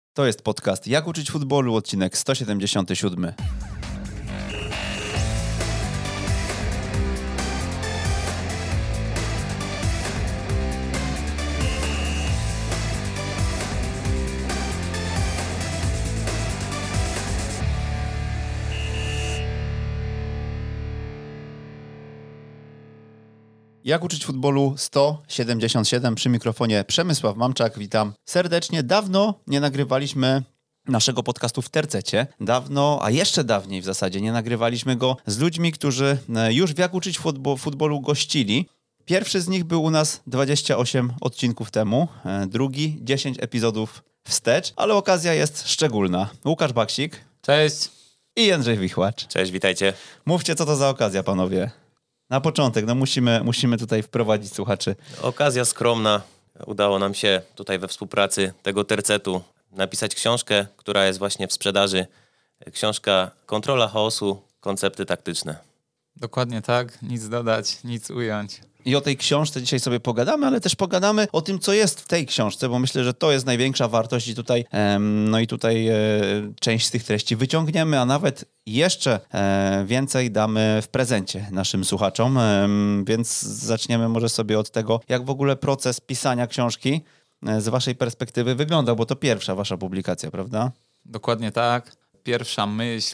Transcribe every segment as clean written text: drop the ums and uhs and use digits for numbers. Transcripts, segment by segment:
To jest podcast Jak uczyć futbolu, odcinek 177. Jak uczyć futbolu 177, przy mikrofonie Przemysław Mamczak, witam serdecznie. Dawno nie nagrywaliśmy naszego podcastu w tercecie. Dawno, a jeszcze dawniej w zasadzie, nie nagrywaliśmy go z ludźmi, którzy już w Jak uczyć futbolu gościli. Pierwszy z nich był u nas 28 odcinków temu, drugi 10 epizodów wstecz, ale okazja jest szczególna. Łukasz Baksik. Cześć. I Jędrzej Wichłacz. Cześć, witajcie. Mówcie, co to za okazja, panowie. Na początek, musimy tutaj wprowadzić słuchaczy. Okazja skromna. Udało nam się tutaj we współpracy tego tercetu napisać książkę, która jest właśnie w sprzedaży. Książka Kontrola chaosu, koncepty taktyczne. Dokładnie tak. Nic dodać, nic ująć. I o tej książce dzisiaj sobie pogadamy, ale też pogadamy o tym, co jest w tej książce, bo myślę, że to jest największa wartość i tutaj, część z tych treści wyciągniemy, a nawet jeszcze więcej damy w prezencie naszym słuchaczom, więc zaczniemy może sobie od tego, jak w ogóle proces pisania książki z waszej perspektywy wyglądał, bo to pierwsza wasza publikacja, prawda? Dokładnie tak. Pierwsza myśl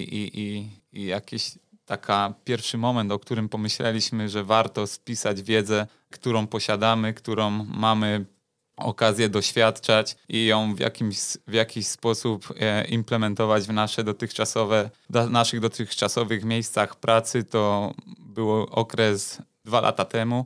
i jakiś taka pierwszy moment, o którym pomyśleliśmy, że warto spisać wiedzę, którą posiadamy, którą mamy okazję doświadczać i ją w jakiś sposób implementować w naszych dotychczasowych miejscach pracy. To był okres 2 lata temu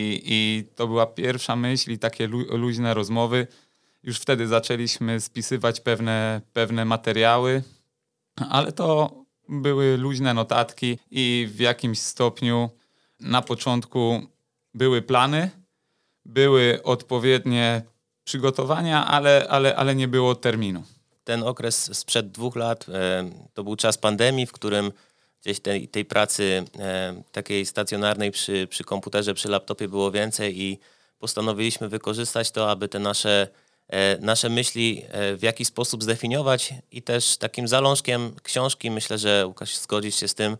i to była pierwsza myśl i takie luźne rozmowy. Już wtedy zaczęliśmy spisywać pewne materiały, ale to były luźne notatki i w jakimś stopniu na początku były plany, były odpowiednie przygotowania, ale nie było terminu. Ten okres sprzed 2 lat to był czas pandemii, w którym gdzieś tej pracy takiej stacjonarnej przy komputerze, przy laptopie było więcej i postanowiliśmy wykorzystać to, aby te nasze myśli w jakiś sposób zdefiniować i też takim zalążkiem książki, myślę, że Łukasz zgodzisz się z tym,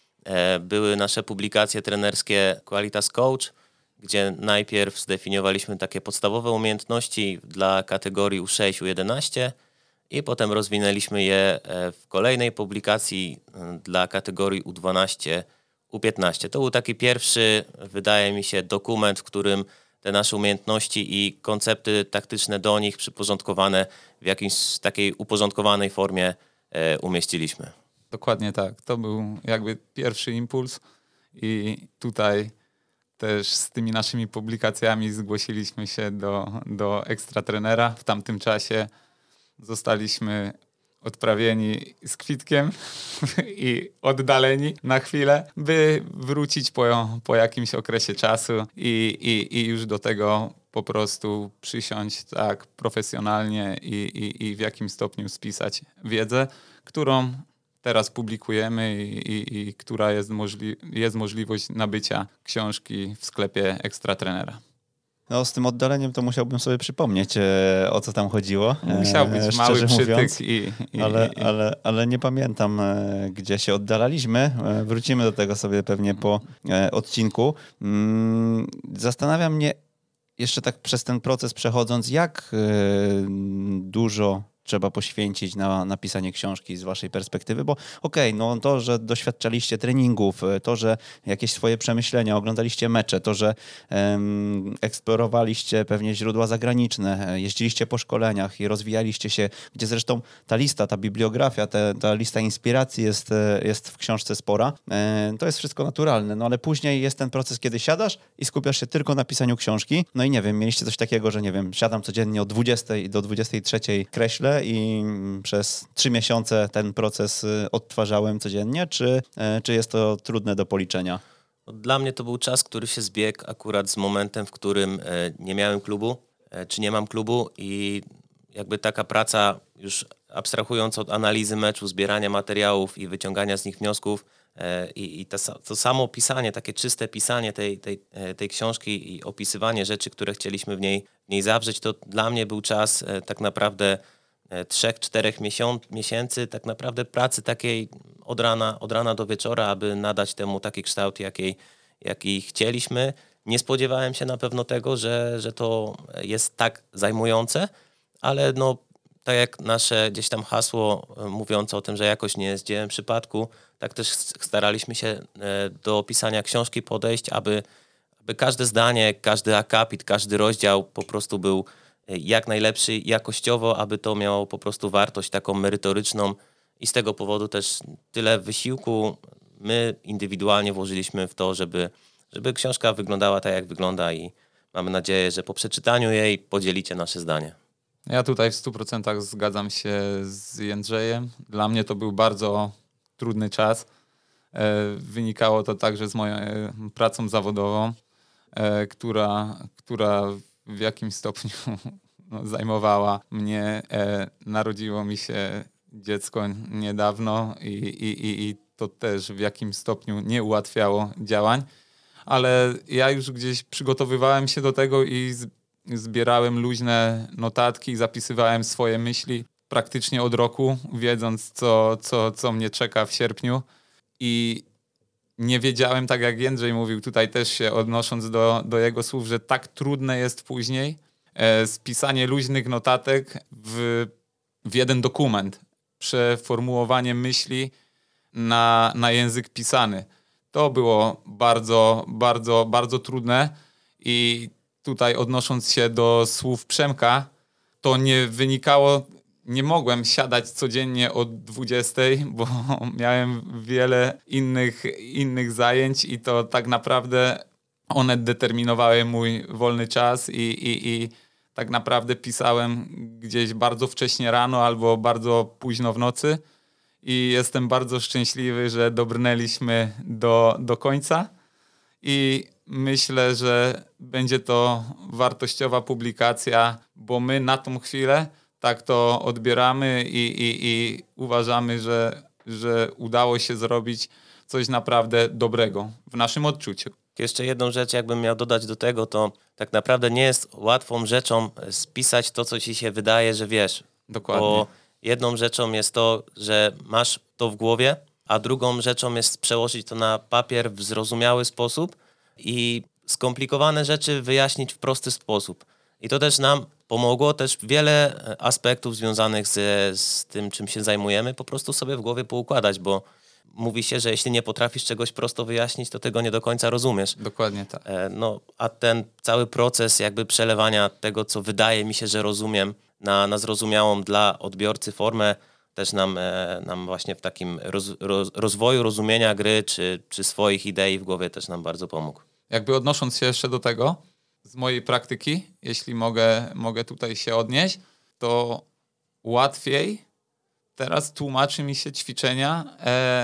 były nasze publikacje trenerskie Qualitas Coach, gdzie najpierw zdefiniowaliśmy takie podstawowe umiejętności dla kategorii U6, U11 i potem rozwinęliśmy je w kolejnej publikacji dla kategorii U12, U15. To był taki pierwszy, wydaje mi się, dokument, w którym te nasze umiejętności i koncepty taktyczne do nich przyporządkowane w jakiejś takiej uporządkowanej formie umieściliśmy. Dokładnie tak. To był jakby pierwszy impuls i tutaj też z tymi naszymi publikacjami zgłosiliśmy się do ekstratrenera. W tamtym czasie zostaliśmy odprawieni z kwitkiem i oddaleni na chwilę, by wrócić po jakimś okresie czasu i już do tego po prostu przysiąść tak profesjonalnie i w jakimś stopniu spisać wiedzę, którą teraz publikujemy i która jest możliwość nabycia książki w sklepie ekstratrenera. No z tym oddaleniem to musiałbym sobie przypomnieć, o co tam chodziło. Musiał być mały przytyk. Ale nie pamiętam, gdzie się oddalaliśmy. Wrócimy do tego sobie pewnie po odcinku. Zastanawiam mnie jeszcze tak przez ten proces przechodząc, jak dużo trzeba poświęcić na napisanie książki z waszej perspektywy, bo no to, że doświadczaliście treningów, to, że jakieś swoje przemyślenia, oglądaliście mecze, to, że eksplorowaliście pewnie źródła zagraniczne, jeździliście po szkoleniach i rozwijaliście się, gdzie zresztą ta lista, ta bibliografia, ta lista inspiracji jest w książce spora. To jest wszystko naturalne, no ale później jest ten proces, kiedy siadasz i skupiasz się tylko na pisaniu książki. No i nie wiem, mieliście coś takiego, że nie wiem, siadam codziennie od 20 do 23 kreślę i przez 3 miesiące ten proces odtwarzałem codziennie, czy jest to trudne do policzenia? Dla mnie to był czas, który się zbiegł akurat z momentem, w którym nie miałem klubu, czy nie mam klubu i jakby taka praca, już abstrahując od analizy meczu, zbierania materiałów i wyciągania z nich wniosków i to samo pisanie, takie czyste pisanie tej książki i opisywanie rzeczy, które chcieliśmy w niej zawrzeć, to dla mnie był czas tak naprawdę 3-4 miesięcy tak naprawdę pracy takiej od rana do wieczora, aby nadać temu taki kształt, jaki chcieliśmy. Nie spodziewałem się na pewno tego, że to jest tak zajmujące, ale no, tak jak nasze gdzieś tam hasło mówiące o tym, że jakość nie jest dziełem przypadku, tak też staraliśmy się do pisania książki podejść, aby każde zdanie, każdy akapit, każdy rozdział po prostu był jak najlepszy jakościowo, aby to miało po prostu wartość taką merytoryczną i z tego powodu też tyle wysiłku my indywidualnie włożyliśmy w to, żeby książka wyglądała tak, jak wygląda i mamy nadzieję, że po przeczytaniu jej podzielicie nasze zdanie. Ja tutaj w 100% zgadzam się z Jędrzejem. Dla mnie to był bardzo trudny czas. Wynikało to także z moją pracą zawodową, która w jakimś stopniu zajmowała mnie. Narodziło mi się dziecko niedawno i to też w jakimś stopniu nie ułatwiało działań, ale ja już gdzieś przygotowywałem się do tego i zbierałem luźne notatki i zapisywałem swoje myśli praktycznie od roku, wiedząc co mnie czeka w sierpniu i nie wiedziałem, tak jak Jędrzej mówił, tutaj też się odnosząc do jego słów, że tak trudne jest później spisanie luźnych notatek w jeden dokument, przeformułowanie myśli na język pisany. To było bardzo, bardzo, bardzo trudne i tutaj odnosząc się do słów Przemka, to nie mogłem siadać codziennie od 20, bo miałem wiele innych zajęć i to tak naprawdę one determinowały mój wolny czas i tak naprawdę pisałem gdzieś bardzo wcześnie rano albo bardzo późno w nocy i jestem bardzo szczęśliwy, że dobrnęliśmy do końca i myślę, że będzie to wartościowa publikacja, bo my na tą chwilę tak to odbieramy i uważamy, że udało się zrobić coś naprawdę dobrego w naszym odczuciu. Jeszcze jedną rzecz jakbym miał dodać do tego, to tak naprawdę nie jest łatwą rzeczą spisać to, co ci się wydaje, że wiesz. Dokładnie. Bo jedną rzeczą jest to, że masz to w głowie, a drugą rzeczą jest przełożyć to na papier w zrozumiały sposób i skomplikowane rzeczy wyjaśnić w prosty sposób. I to też nam pomogło, też wiele aspektów związanych z tym, czym się zajmujemy, po prostu sobie w głowie poukładać, bo mówi się, że jeśli nie potrafisz czegoś prosto wyjaśnić, to tego nie do końca rozumiesz. Dokładnie tak. No, a ten cały proces jakby przelewania tego, co wydaje mi się, że rozumiem, na zrozumiałą dla odbiorcy formę, też nam właśnie w takim rozwoju rozumienia gry, czy swoich idei w głowie też nam bardzo pomógł. Jakby odnosząc się jeszcze do tego, z mojej praktyki, jeśli mogę tutaj się odnieść, to łatwiej teraz tłumaczy mi się ćwiczenia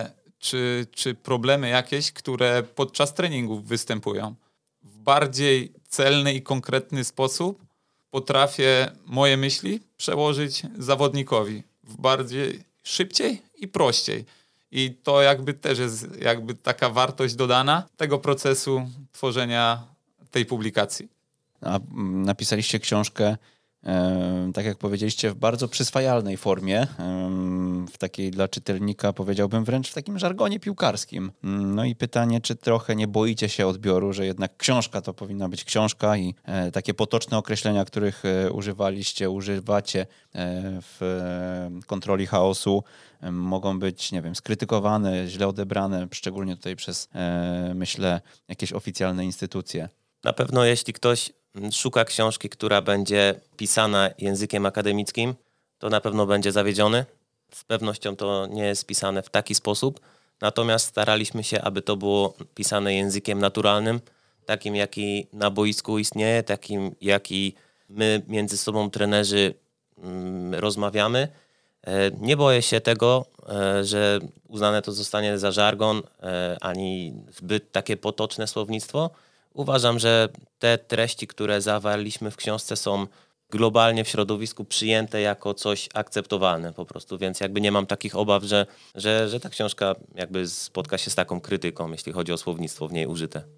czy problemy jakieś, które podczas treningów występują. W bardziej celny i konkretny sposób potrafię moje myśli przełożyć zawodnikowi w bardziej szybciej i prościej. I to jakby też jest jakby taka wartość dodana tego procesu tworzenia tej publikacji. A napisaliście książkę, tak jak powiedzieliście, w bardzo przyswajalnej formie, w takiej dla czytelnika, powiedziałbym wręcz w takim żargonie piłkarskim. No i pytanie, czy trochę nie boicie się odbioru, że jednak książka to powinna być książka i takie potoczne określenia, których używacie w kontroli chaosu, mogą być, nie wiem, skrytykowane, źle odebrane, szczególnie tutaj przez, myślę, jakieś oficjalne instytucje. Na pewno jeśli ktoś szuka książki, która będzie pisana językiem akademickim, to na pewno będzie zawiedziony. Z pewnością to nie jest pisane w taki sposób. Natomiast staraliśmy się, aby to było pisane językiem naturalnym, takim jaki na boisku istnieje, takim jaki my między sobą trenerzy rozmawiamy. Nie boję się tego, że uznane to zostanie za żargon, ani zbyt takie potoczne słownictwo. Uważam, że te treści, które zawarliśmy w książce, są globalnie w środowisku przyjęte jako coś akceptowalne po prostu, więc jakby nie mam takich obaw, że ta książka jakby spotka się z taką krytyką, jeśli chodzi o słownictwo w niej użyte.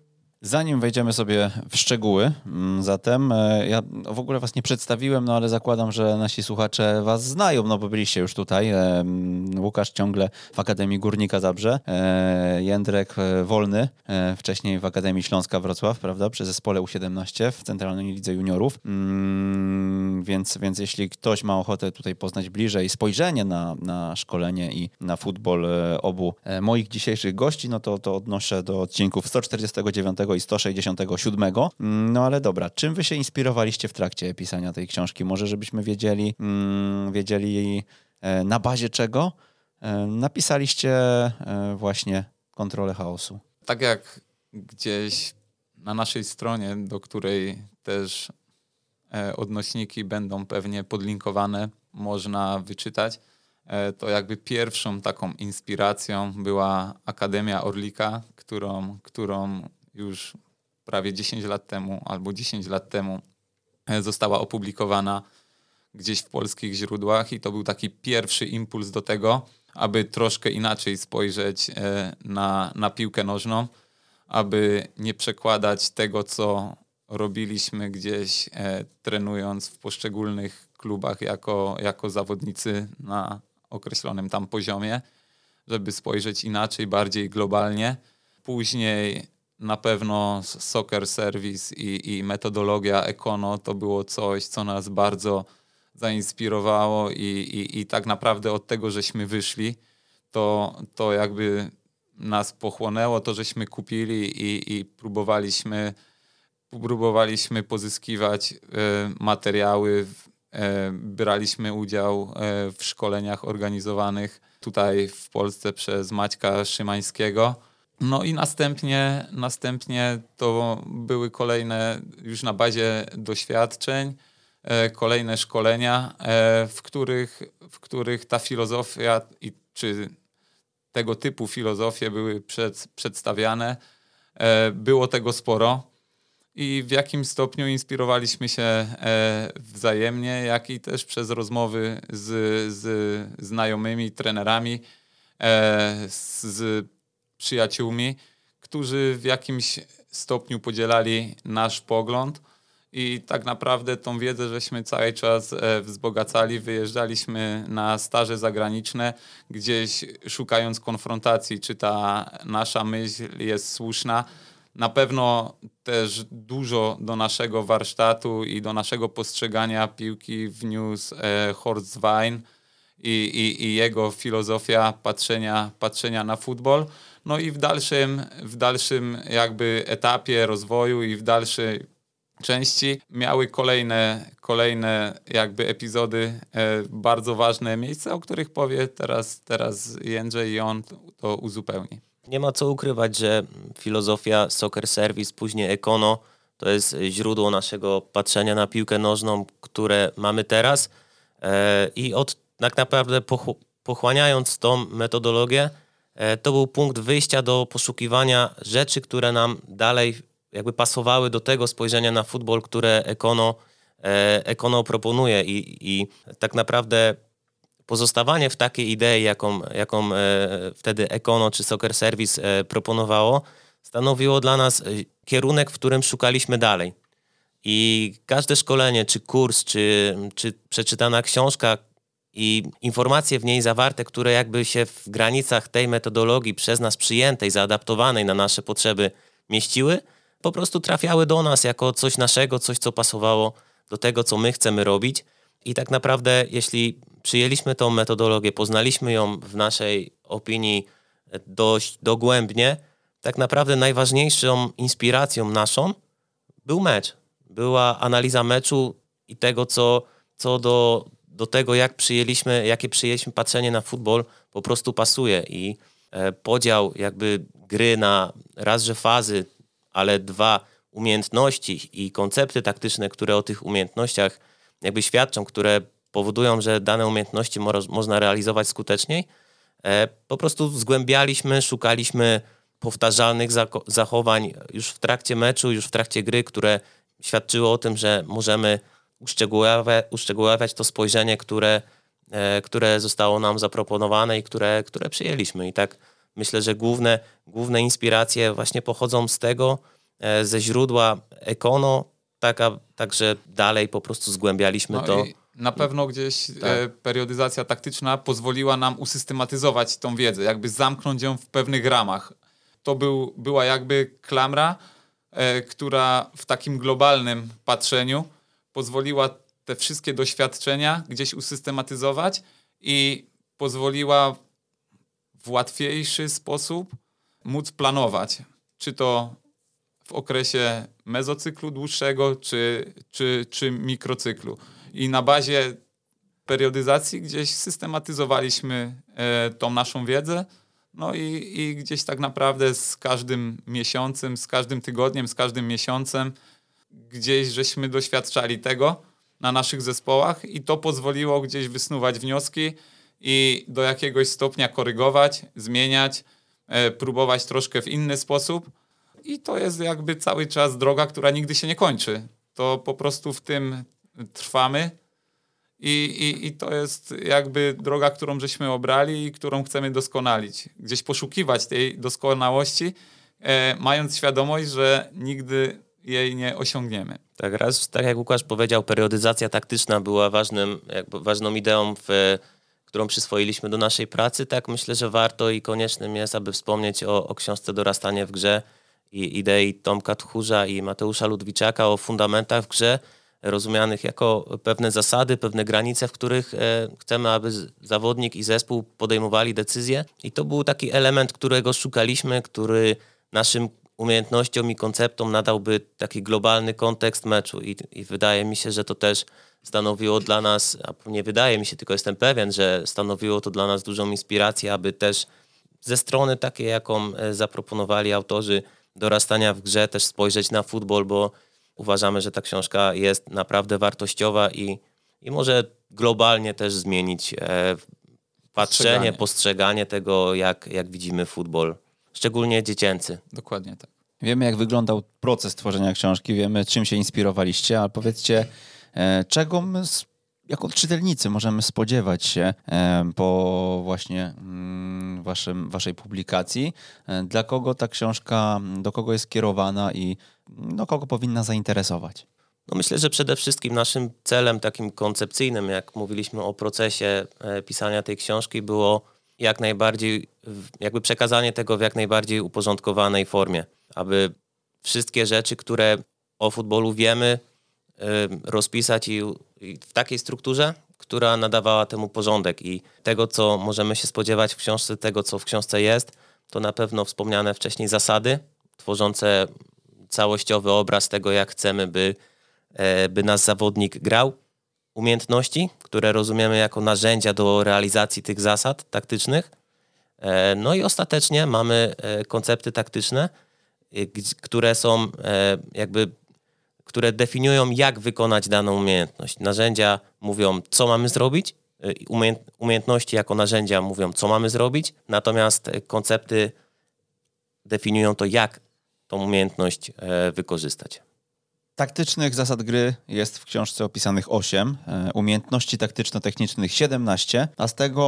Zanim wejdziemy sobie w szczegóły, zatem ja w ogóle was nie przedstawiłem, no ale zakładam, że nasi słuchacze was znają, no bo byliście już tutaj. Łukasz ciągle w Akademii Górnika Zabrze, Jędrek Wolny, wcześniej w Akademii Śląska Wrocław, prawda, przy zespole U17 w Centralnej Lidze Juniorów. Więc jeśli ktoś ma ochotę tutaj poznać bliżej spojrzenie na szkolenie i na futbol obu moich dzisiejszych gości, no to odnoszę do odcinków 149 i 167. No ale dobra, czym wy się inspirowaliście w trakcie pisania tej książki? Może żebyśmy wiedzieli na bazie czego napisaliście właśnie Kontrolę chaosu. Tak jak gdzieś na naszej stronie, do której też odnośniki będą pewnie podlinkowane, można wyczytać, to jakby pierwszą taką inspiracją była Akademia Orlika, którą już prawie 10 lat temu albo 10 lat temu została opublikowana gdzieś w polskich źródłach i to był taki pierwszy impuls do tego, aby troszkę inaczej spojrzeć na piłkę nożną, aby nie przekładać tego, co robiliśmy gdzieś trenując w poszczególnych klubach jako zawodnicy na określonym tam poziomie, żeby spojrzeć inaczej, bardziej globalnie. Później na pewno Soccer Service i metodologia Ekono to było coś, co nas bardzo zainspirowało i tak naprawdę od tego, żeśmy wyszli, to jakby nas pochłonęło, to żeśmy kupili i próbowaliśmy pozyskiwać materiały, braliśmy udział w szkoleniach organizowanych tutaj w Polsce przez Maćka Szymańskiego. No i następnie to były kolejne już na bazie doświadczeń, kolejne szkolenia, w których ta filozofia czy tego typu filozofie były przedstawiane. Było tego sporo i w jakim stopniu inspirowaliśmy się wzajemnie, jak i też przez rozmowy z znajomymi, trenerami, z przyjaciółmi, którzy w jakimś stopniu podzielali nasz pogląd i tak naprawdę tą wiedzę żeśmy cały czas wzbogacali. Wyjeżdżaliśmy na staże zagraniczne, gdzieś szukając konfrontacji, czy ta nasza myśl jest słuszna. Na pewno też dużo do naszego warsztatu i do naszego postrzegania piłki wniósł Horst Wein i jego filozofia patrzenia na futbol. No i w dalszym jakby etapie rozwoju i w dalszej części miały kolejne jakby epizody, bardzo ważne miejsca, o których powie teraz Jędrzej i on to uzupełni. Nie ma co ukrywać, że filozofia Soccer Service, później Ekono, to jest źródło naszego patrzenia na piłkę nożną, które mamy teraz i tak naprawdę pochłaniając tą metodologię, to był punkt wyjścia do poszukiwania rzeczy, które nam dalej jakby pasowały do tego spojrzenia na futbol, które Ekono proponuje i tak naprawdę pozostawanie w takiej idei, jaką wtedy Ekono czy Soccer Service proponowało, stanowiło dla nas kierunek, w którym szukaliśmy dalej. I każde szkolenie, czy kurs, czy przeczytana książka i informacje w niej zawarte, które jakby się w granicach tej metodologii przez nas przyjętej, zaadaptowanej na nasze potrzeby mieściły, po prostu trafiały do nas jako coś naszego, coś, co pasowało do tego, co my chcemy robić. I tak naprawdę, jeśli przyjęliśmy tą metodologię, poznaliśmy ją w naszej opinii dość dogłębnie, tak naprawdę najważniejszą inspiracją naszą był mecz. Była analiza meczu i tego, co do tego, jakie przyjęliśmy patrzenie na futbol, po prostu pasuje. I podział jakby gry na raz, że fazy, ale dwa, umiejętności i koncepty taktyczne, które o tych umiejętnościach jakby świadczą, które powodują, że dane umiejętności można realizować skuteczniej, po prostu zgłębialiśmy, szukaliśmy powtarzalnych zachowań już w trakcie meczu, już w trakcie gry, które świadczyło o tym, że możemy uszczegóławiać to spojrzenie, które zostało nam zaproponowane i które przyjęliśmy. I tak myślę, że główne inspiracje właśnie pochodzą z tego, ze źródła Ekono, także dalej po prostu zgłębialiśmy to. Na pewno gdzieś periodyzacja taktyczna pozwoliła nam usystematyzować tą wiedzę, jakby zamknąć ją w pewnych ramach. To była jakby klamra, która w takim globalnym patrzeniu pozwoliła te wszystkie doświadczenia gdzieś usystematyzować i pozwoliła w łatwiejszy sposób móc planować, czy to w okresie mezocyklu dłuższego, czy mikrocyklu. I na bazie periodyzacji gdzieś systematyzowaliśmy tą naszą wiedzę, no i gdzieś tak naprawdę z każdym miesiącem, z każdym tygodniem, z każdym miesiącem gdzieś żeśmy doświadczali tego na naszych zespołach i to pozwoliło gdzieś wysnuwać wnioski i do jakiegoś stopnia korygować, zmieniać, próbować troszkę w inny sposób. I to jest jakby cały czas droga, która nigdy się nie kończy. To po prostu w tym trwamy i to jest jakby droga, którą żeśmy obrali i którą chcemy doskonalić. Gdzieś poszukiwać tej doskonałości, mając świadomość, że nigdy jej nie osiągniemy. Tak jak Łukasz powiedział, periodyzacja taktyczna była ważną ideą, którą przyswoiliśmy do naszej pracy. Tak myślę, że warto i koniecznym jest, aby wspomnieć o książce Dorastanie w grze i idei Tomka Tchórza i Mateusza Ludwiczaka o fundamentach w grze, rozumianych jako pewne zasady, pewne granice, w których chcemy, aby zawodnik i zespół podejmowali decyzje. I to był taki element, którego szukaliśmy, który naszym umiejętnościom i konceptom nadałby taki globalny kontekst meczu. I wydaje mi się, że to też stanowiło dla nas, a nie wydaje mi się, tylko jestem pewien, że stanowiło to dla nas dużą inspirację, aby też ze strony takiej, jaką zaproponowali autorzy Dorastania w grze, też spojrzeć na futbol, bo uważamy, że ta książka jest naprawdę wartościowa i może globalnie też zmienić patrzenie, postrzeganie tego, jak widzimy futbol, szczególnie dziecięcy. Dokładnie tak. Wiemy, jak wyglądał proces tworzenia książki, wiemy, czym się inspirowaliście, ale powiedzcie, czego my jako czytelnicy możemy spodziewać się po właśnie waszej publikacji, dla kogo ta książka, do kogo jest kierowana i kogo powinna zainteresować? No myślę, że przede wszystkim naszym celem takim koncepcyjnym, jak mówiliśmy o procesie pisania tej książki, było jak najbardziej, jakby przekazanie tego w jak najbardziej uporządkowanej formie, aby wszystkie rzeczy, które o futbolu wiemy, rozpisać i w takiej strukturze, która nadawała temu porządek i tego, co możemy się spodziewać w książce, tego, co w książce jest, to na pewno wspomniane wcześniej zasady, tworzące całościowy obraz tego, jak chcemy, by nasz zawodnik grał, umiejętności, które rozumiemy jako narzędzia do realizacji tych zasad taktycznych. No i ostatecznie mamy koncepty taktyczne, które są które definiują, jak wykonać daną umiejętność. Narzędzia mówią, co mamy zrobić, umiejętności jako narzędzia mówią, co mamy zrobić, natomiast koncepty definiują to, jak tą umiejętność wykorzystać. Taktycznych zasad gry jest w książce opisanych 8, umiejętności taktyczno-technicznych 17, a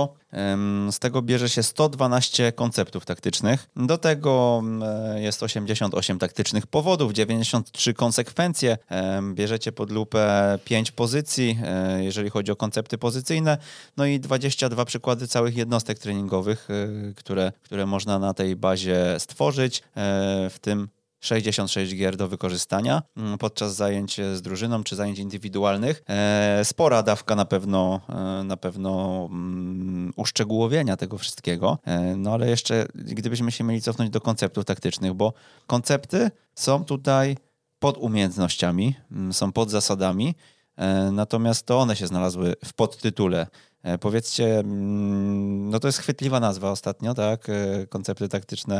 z tego bierze się 112 konceptów taktycznych. Do tego jest 88 taktycznych powodów, 93 konsekwencje. Bierzecie pod lupę 5 pozycji, jeżeli chodzi o koncepty pozycyjne, no i 22 przykłady całych jednostek treningowych, które można na tej bazie stworzyć, w tym 66 gier do wykorzystania podczas zajęć z drużyną czy zajęć indywidualnych. Spora dawka na pewno uszczegółowienia tego wszystkiego. No ale jeszcze gdybyśmy się mieli cofnąć do konceptów taktycznych, bo koncepty są tutaj pod umiejętnościami, są pod zasadami, natomiast to one się znalazły w podtytule. Powiedzcie, no to jest chwytliwa nazwa ostatnio, tak? Koncepty taktyczne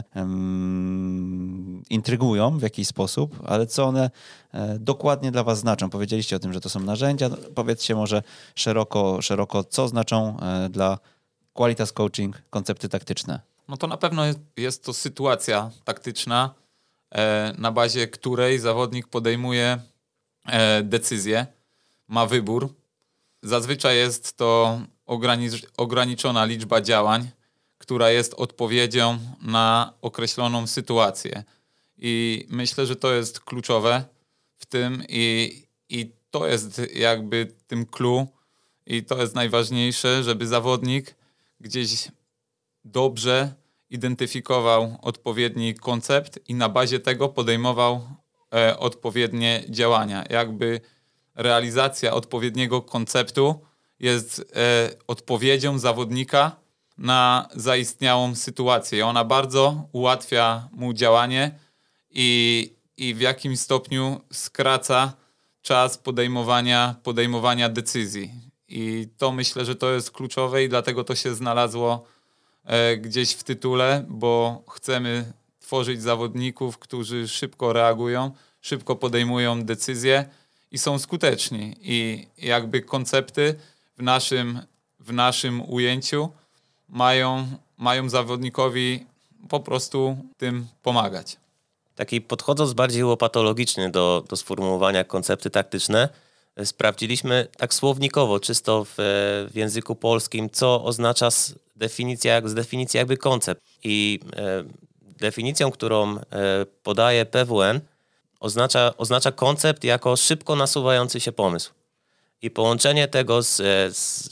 intrygują w jakiś sposób, ale co one dokładnie dla was znaczą? Powiedzieliście o tym, że to są narzędzia. Powiedzcie może szeroko, co znaczą dla Qualitas Coaching koncepty taktyczne. No to na pewno jest to sytuacja taktyczna, na bazie której zawodnik podejmuje decyzję, ma wybór. Zazwyczaj jest to ograniczona liczba działań, która jest odpowiedzią na określoną sytuację. I myślę, że to jest kluczowe w tym i to jest jakby tym clue i to jest najważniejsze, żeby zawodnik gdzieś dobrze identyfikował odpowiedni koncept i na bazie tego podejmował odpowiednie działania. Jakby realizacja odpowiedniego konceptu jest odpowiedzią zawodnika na zaistniałą sytuację. Ona bardzo ułatwia mu działanie i w jakimś stopniu skraca czas podejmowania decyzji. I to myślę, że to jest kluczowe i dlatego to się znalazło gdzieś w tytule, bo chcemy tworzyć zawodników, którzy szybko reagują, szybko podejmują decyzje i są skuteczni. I jakby koncepty w naszym ujęciu mają zawodnikowi po prostu tym pomagać. Taki podchodząc bardziej łopatologicznie do sformułowania koncepty taktyczne, sprawdziliśmy tak słownikowo, czysto w języku polskim, co oznacza z definicji jakby koncept. I definicją, którą podaje PWN, oznacza koncept jako szybko nasuwający się pomysł. I połączenie tego z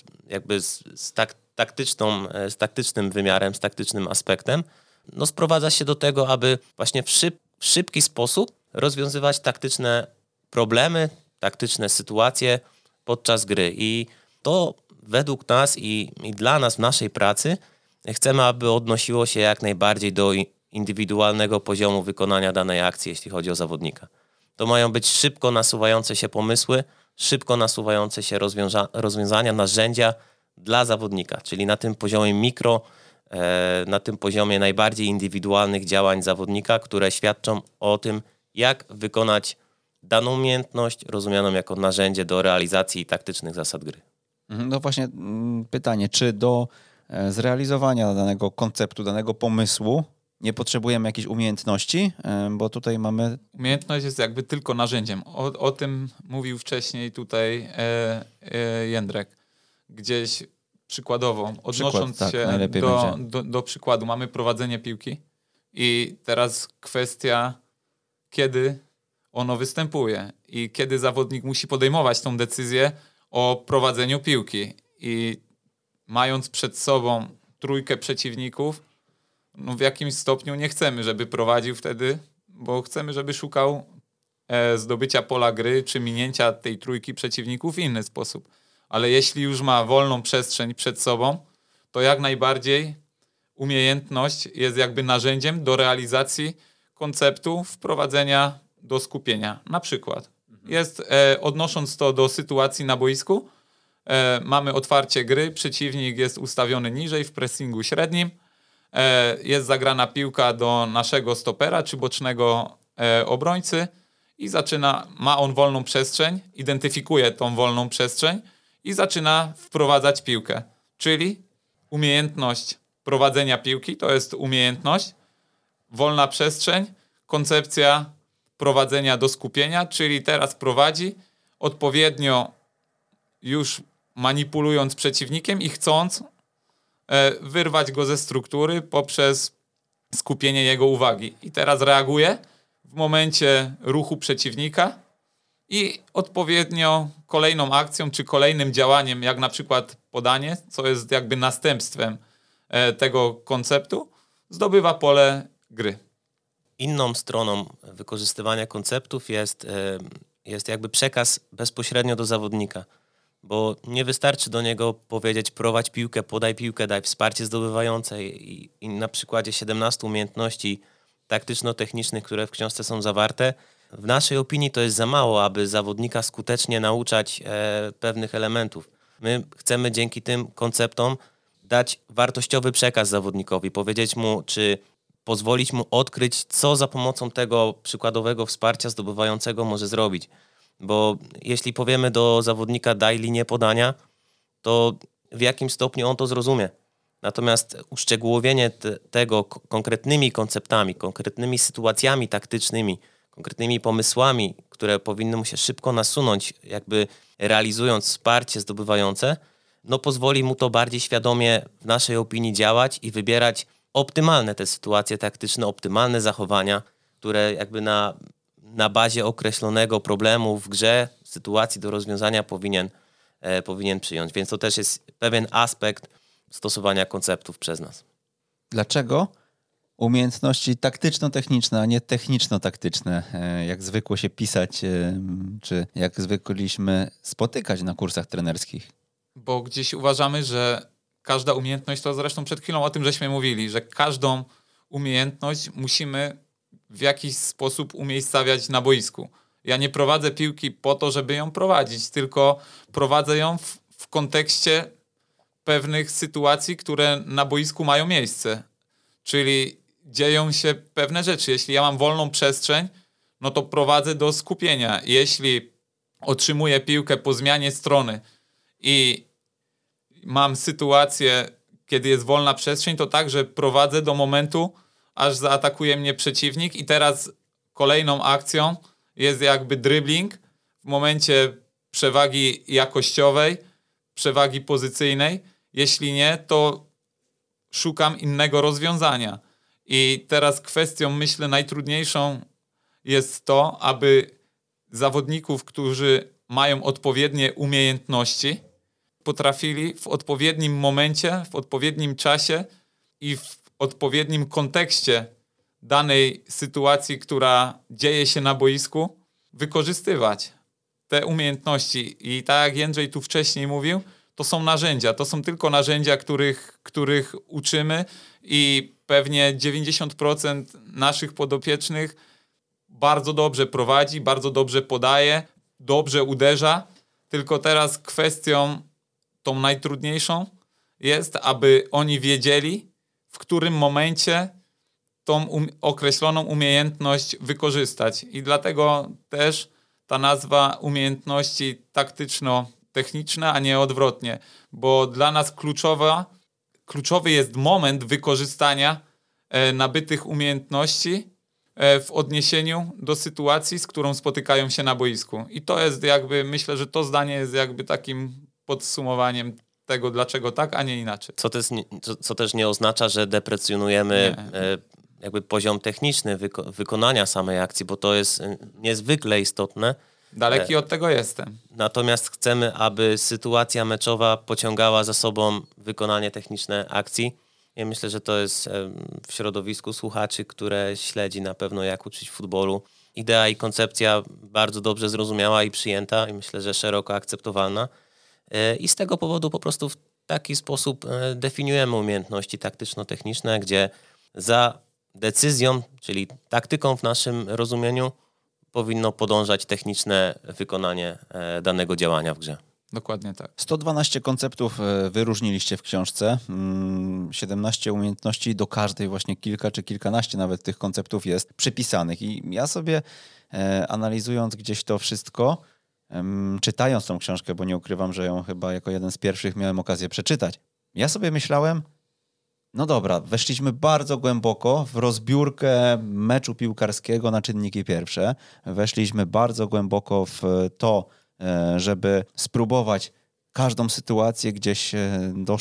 taktycznym wymiarem, z taktycznym aspektem, no sprowadza się do tego, aby właśnie w szybki sposób rozwiązywać taktyczne problemy, taktyczne sytuacje podczas gry. I to według nas i dla nas w naszej pracy chcemy, aby odnosiło się jak najbardziej do indywidualnego poziomu wykonania danej akcji, jeśli chodzi o zawodnika. To mają być szybko nasuwające się pomysły, szybko nasuwające się rozwiązania, narzędzia dla zawodnika, czyli na tym poziomie mikro, na tym poziomie najbardziej indywidualnych działań zawodnika, które świadczą o tym, jak wykonać daną umiejętność rozumianą jako narzędzie do realizacji taktycznych zasad gry. No właśnie pytanie, czy do zrealizowania danego konceptu, danego pomysłu nie potrzebujemy jakiejś umiejętności, bo tutaj mamy... Umiejętność jest jakby tylko narzędziem. O tym mówił wcześniej tutaj Jędrek. Gdzieś przykładowo, odnosząc się do przykładu, mamy prowadzenie piłki i teraz kwestia, kiedy ono występuje i kiedy zawodnik musi podejmować tą decyzję o prowadzeniu piłki. I mając przed sobą trójkę przeciwników, no w jakimś stopniu nie chcemy, żeby prowadził wtedy, bo chcemy, żeby szukał zdobycia pola gry czy minięcia tej trójki przeciwników w inny sposób. Ale jeśli już ma wolną przestrzeń przed sobą, to jak najbardziej umiejętność jest jakby narzędziem do realizacji konceptu wprowadzenia do skupienia. Na przykład odnosząc to do sytuacji na boisku, mamy otwarcie gry, przeciwnik jest ustawiony niżej w pressingu średnim, jest zagrana piłka do naszego stopera czy bocznego obrońcy i ma on wolną przestrzeń, identyfikuje tą wolną przestrzeń i zaczyna wprowadzać piłkę. Czyli umiejętność prowadzenia piłki to jest umiejętność, wolna przestrzeń, koncepcja prowadzenia do skupienia, czyli teraz prowadzi odpowiednio już manipulując przeciwnikiem i chcąc wyrwać go ze struktury poprzez skupienie jego uwagi. I teraz reaguje w momencie ruchu przeciwnika i odpowiednio kolejną akcją czy kolejnym działaniem, jak na przykład podanie, co jest jakby następstwem tego konceptu, zdobywa pole gry. Inną stroną wykorzystywania konceptów jest jakby przekaz bezpośrednio do zawodnika, bo nie wystarczy do niego powiedzieć prowadź piłkę, podaj piłkę, daj wsparcie zdobywające i na przykładzie 17 umiejętności taktyczno-technicznych, które w książce są zawarte, w naszej opinii to jest za mało, aby zawodnika skutecznie nauczać pewnych elementów. My chcemy dzięki tym konceptom dać wartościowy przekaz zawodnikowi, powiedzieć mu, czy pozwolić mu odkryć, co za pomocą tego przykładowego wsparcia zdobywającego może zrobić. Bo jeśli powiemy do zawodnika daj linię podania, to w jakim stopniu on to zrozumie. Natomiast uszczegółowienie tego konkretnymi konceptami, konkretnymi sytuacjami taktycznymi, konkretnymi pomysłami, które powinny mu się szybko nasunąć, jakby realizując wsparcie zdobywające, no pozwoli mu to bardziej świadomie w naszej opinii działać i wybierać optymalne te sytuacje taktyczne, optymalne zachowania, które jakby na bazie określonego problemu w grze, sytuacji do rozwiązania powinien przyjąć. Więc to też jest pewien aspekt stosowania konceptów przez nas. Dlaczego umiejętności taktyczno-techniczne, a nie techniczno-taktyczne, jak zwykło się pisać, czy jak zwykliśmy spotykać na kursach trenerskich? Bo gdzieś uważamy, że każda umiejętność, to zresztą przed chwilą o tym żeśmy mówili, że każdą umiejętność musimy w jakiś sposób umiejscawiać na boisku. Ja nie prowadzę piłki po to, żeby ją prowadzić, tylko prowadzę ją w kontekście pewnych sytuacji, które na boisku mają miejsce. Czyli dzieją się pewne rzeczy. Jeśli ja mam wolną przestrzeń, no to prowadzę do skupienia. Jeśli otrzymuję piłkę po zmianie strony i mam sytuację, kiedy jest wolna przestrzeń, to także prowadzę do momentu, aż zaatakuje mnie przeciwnik i teraz kolejną akcją jest jakby dribbling w momencie przewagi jakościowej, przewagi pozycyjnej. Jeśli nie, to szukam innego rozwiązania. I teraz kwestią, myślę, najtrudniejszą jest to, aby zawodników, którzy mają odpowiednie umiejętności, potrafili w odpowiednim momencie, w odpowiednim czasie i w odpowiednim kontekście danej sytuacji, która dzieje się na boisku, wykorzystywać te umiejętności. I tak jak Jędrzej tu wcześniej mówił, to są narzędzia. To są tylko narzędzia, których uczymy i pewnie 90% naszych podopiecznych bardzo dobrze prowadzi, bardzo dobrze podaje, dobrze uderza. Tylko teraz kwestią tą najtrudniejszą jest, aby oni wiedzieli, w którym momencie tą określoną umiejętność wykorzystać. I dlatego też ta nazwa umiejętności taktyczno-techniczne, a nie odwrotnie. Bo dla nas kluczowy jest moment wykorzystania nabytych umiejętności w odniesieniu do sytuacji, z którą spotykają się na boisku. I to jest jakby, myślę, że to zdanie jest jakby takim podsumowaniem tego, dlaczego tak, a nie inaczej. Co też nie oznacza, że deprecjonujemy jakby poziom techniczny wykonania samej akcji, bo to jest niezwykle istotne. Daleki od tego jestem. Natomiast chcemy, aby sytuacja meczowa pociągała za sobą wykonanie techniczne akcji. Ja myślę, że to jest w środowisku słuchaczy, które śledzi na pewno jak uczyć futbolu. Idea i koncepcja bardzo dobrze zrozumiała i przyjęta i myślę, że szeroko akceptowalna. I z tego powodu po prostu w taki sposób definiujemy umiejętności taktyczno-techniczne, gdzie za decyzją, czyli taktyką w naszym rozumieniu, powinno podążać techniczne wykonanie danego działania w grze. Dokładnie tak. 112 konceptów wyróżniliście w książce, 17 umiejętności, do każdej właśnie kilka czy kilkanaście nawet tych konceptów jest przypisanych. I ja sobie analizując gdzieś to wszystko, czytając tą książkę, bo nie ukrywam, że ją chyba jako jeden z pierwszych miałem okazję przeczytać, ja sobie myślałem, no dobra, weszliśmy bardzo głęboko w rozbiórkę meczu piłkarskiego na czynniki pierwsze. Weszliśmy bardzo głęboko w to, żeby spróbować każdą sytuację gdzieś do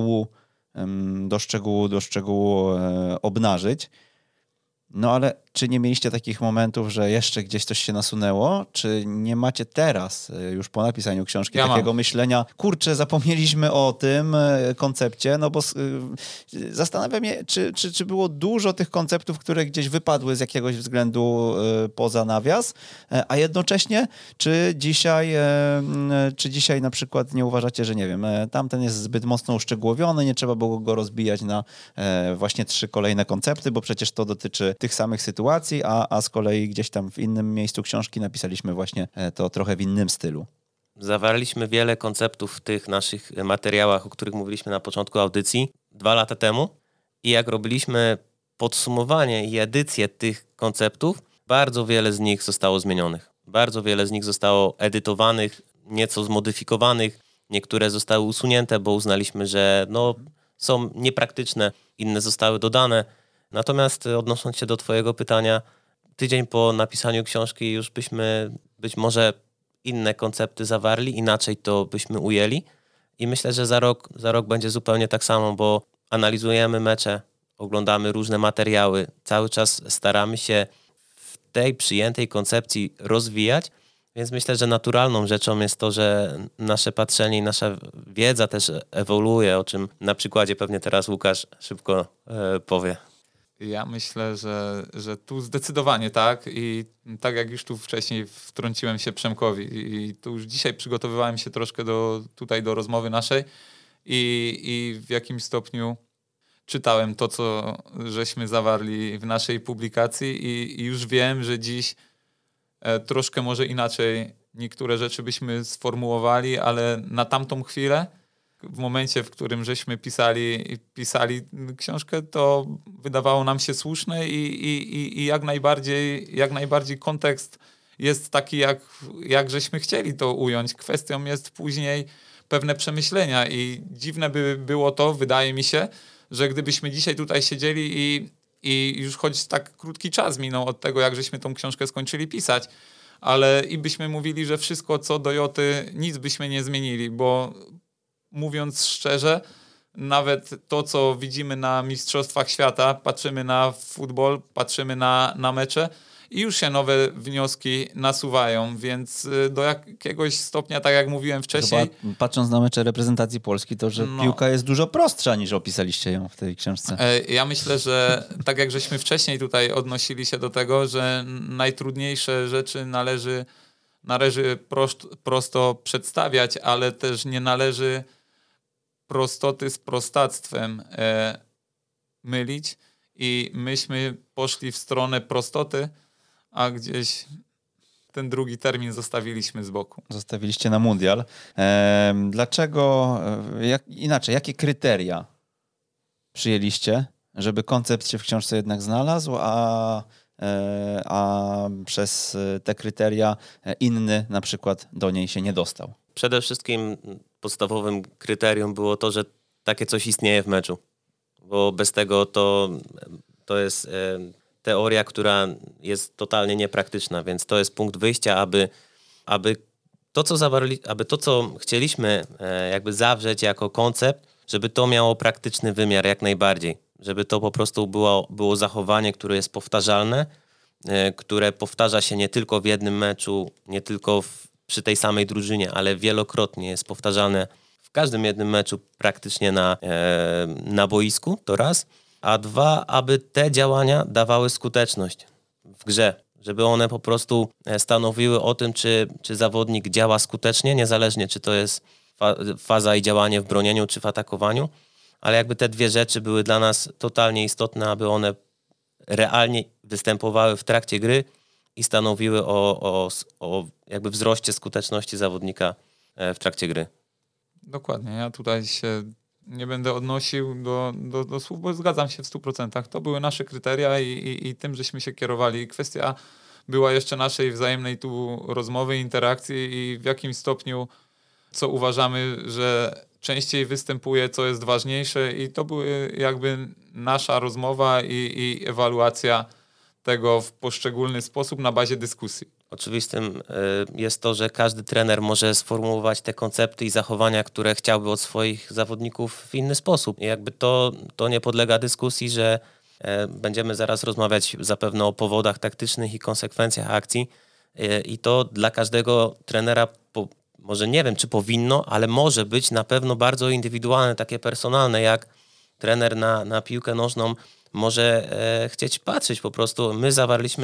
szczegółu obnażyć. No ale czy nie mieliście takich momentów, że jeszcze gdzieś coś się nasunęło? Czy nie macie teraz, już po napisaniu książki, takiego myślenia, kurczę, zapomnieliśmy o tym koncepcie, no bo zastanawiam się, czy było dużo tych konceptów, które gdzieś wypadły z jakiegoś względu poza nawias, a jednocześnie czy dzisiaj na przykład nie uważacie, że nie wiem, tamten jest zbyt mocno uszczegółowiony, nie trzeba było go rozbijać na właśnie 3 kolejne koncepty, bo przecież to dotyczy tych samych sytuacji, a z kolei gdzieś tam w innym miejscu książki napisaliśmy właśnie to trochę w innym stylu. Zawarliśmy wiele konceptów w tych naszych materiałach, o których mówiliśmy na początku audycji 2 lata temu i jak robiliśmy podsumowanie i edycję tych konceptów, bardzo wiele z nich zostało zmienionych. Bardzo wiele z nich zostało edytowanych, nieco zmodyfikowanych, niektóre zostały usunięte, bo uznaliśmy, że są niepraktyczne, inne zostały dodane. Natomiast odnosząc się do twojego pytania, tydzień po napisaniu książki już byśmy być może inne koncepty zawarli, inaczej to byśmy ujęli i myślę, że za rok będzie zupełnie tak samo, bo analizujemy mecze, oglądamy różne materiały, cały czas staramy się tej przyjętej koncepcji rozwijać. Więc myślę, że naturalną rzeczą jest to, że nasze patrzenie i nasza wiedza też ewoluuje, o czym na przykładzie pewnie teraz Łukasz szybko powie. Ja myślę, że tu zdecydowanie tak i tak jak już tu wcześniej wtrąciłem się Przemkowi i tu już dzisiaj przygotowywałem się troszkę do rozmowy naszej i w jakim stopniu czytałem to, co żeśmy zawarli w naszej publikacji i już wiem, że dziś troszkę może inaczej niektóre rzeczy byśmy sformułowali, ale na tamtą chwilę, w momencie, w którym żeśmy pisali książkę, to wydawało nam się słuszne i jak najbardziej kontekst jest taki, jak żeśmy chcieli to ująć. Kwestią jest później pewne przemyślenia i dziwne by było to, wydaje mi się, że gdybyśmy dzisiaj tutaj siedzieli i już choć tak krótki czas minął od tego, jak żeśmy tą książkę skończyli pisać, ale i byśmy mówili, że wszystko co do joty, nic byśmy nie zmienili, bo mówiąc szczerze, nawet to, co widzimy na Mistrzostwach Świata, patrzymy na futbol, patrzymy na mecze i już się nowe wnioski nasuwają, więc do jakiegoś stopnia, tak jak mówiłem wcześniej... Chyba, patrząc na mecze reprezentacji Polski, to że piłka jest dużo prostsza niż opisaliście ją w tej książce. Ja myślę, że tak jak żeśmy wcześniej tutaj odnosili się do tego, że najtrudniejsze rzeczy należy prosto przedstawiać, ale też nie należy prostoty z prostactwem mylić i myśmy poszli w stronę prostoty, a gdzieś ten drugi termin zostawiliśmy z boku. Zostawiliście na mundial. Dlaczego, jakie kryteria przyjęliście, żeby koncept się w książce jednak znalazł, a przez te kryteria inny na przykład do niej się nie dostał? Przede wszystkim podstawowym kryterium było to, że takie coś istnieje w meczu, bo bez tego to jest teoria, która jest totalnie niepraktyczna, więc to jest punkt wyjścia, aby to, co chcieliśmy jakby zawrzeć jako koncept, żeby to miało praktyczny wymiar jak najbardziej, żeby to po prostu było zachowanie, które jest powtarzalne, które powtarza się nie tylko w jednym meczu, nie tylko przy tej samej drużynie, ale wielokrotnie jest powtarzane w każdym jednym meczu praktycznie na boisku, to raz. A dwa, aby te działania dawały skuteczność w grze, żeby one po prostu stanowiły o tym, czy zawodnik działa skutecznie, niezależnie czy to jest faza i działanie w bronieniu, czy w atakowaniu, ale jakby te dwie rzeczy były dla nas totalnie istotne, aby one realnie występowały w trakcie gry i stanowiły o jakby wzroście skuteczności zawodnika w trakcie gry. Dokładnie, ja tutaj się nie będę odnosił do słów, bo zgadzam się w 100%. To były nasze kryteria i tym, żeśmy się kierowali. Kwestia była jeszcze naszej wzajemnej tu rozmowy, interakcji i w jakim stopniu, co uważamy, że częściej występuje, co jest ważniejsze i to były jakby nasza rozmowa i ewaluacja tego w poszczególny sposób na bazie dyskusji. Oczywistym jest to, że każdy trener może sformułować te koncepty i zachowania, które chciałby od swoich zawodników w inny sposób. I jakby to nie podlega dyskusji, że będziemy zaraz rozmawiać zapewne o powodach taktycznych i konsekwencjach akcji i to dla każdego trenera może nie wiem, czy powinno, ale może być na pewno bardzo indywidualne, takie personalne, jak trener na piłkę nożną może chcieć patrzeć po prostu. My zawarliśmy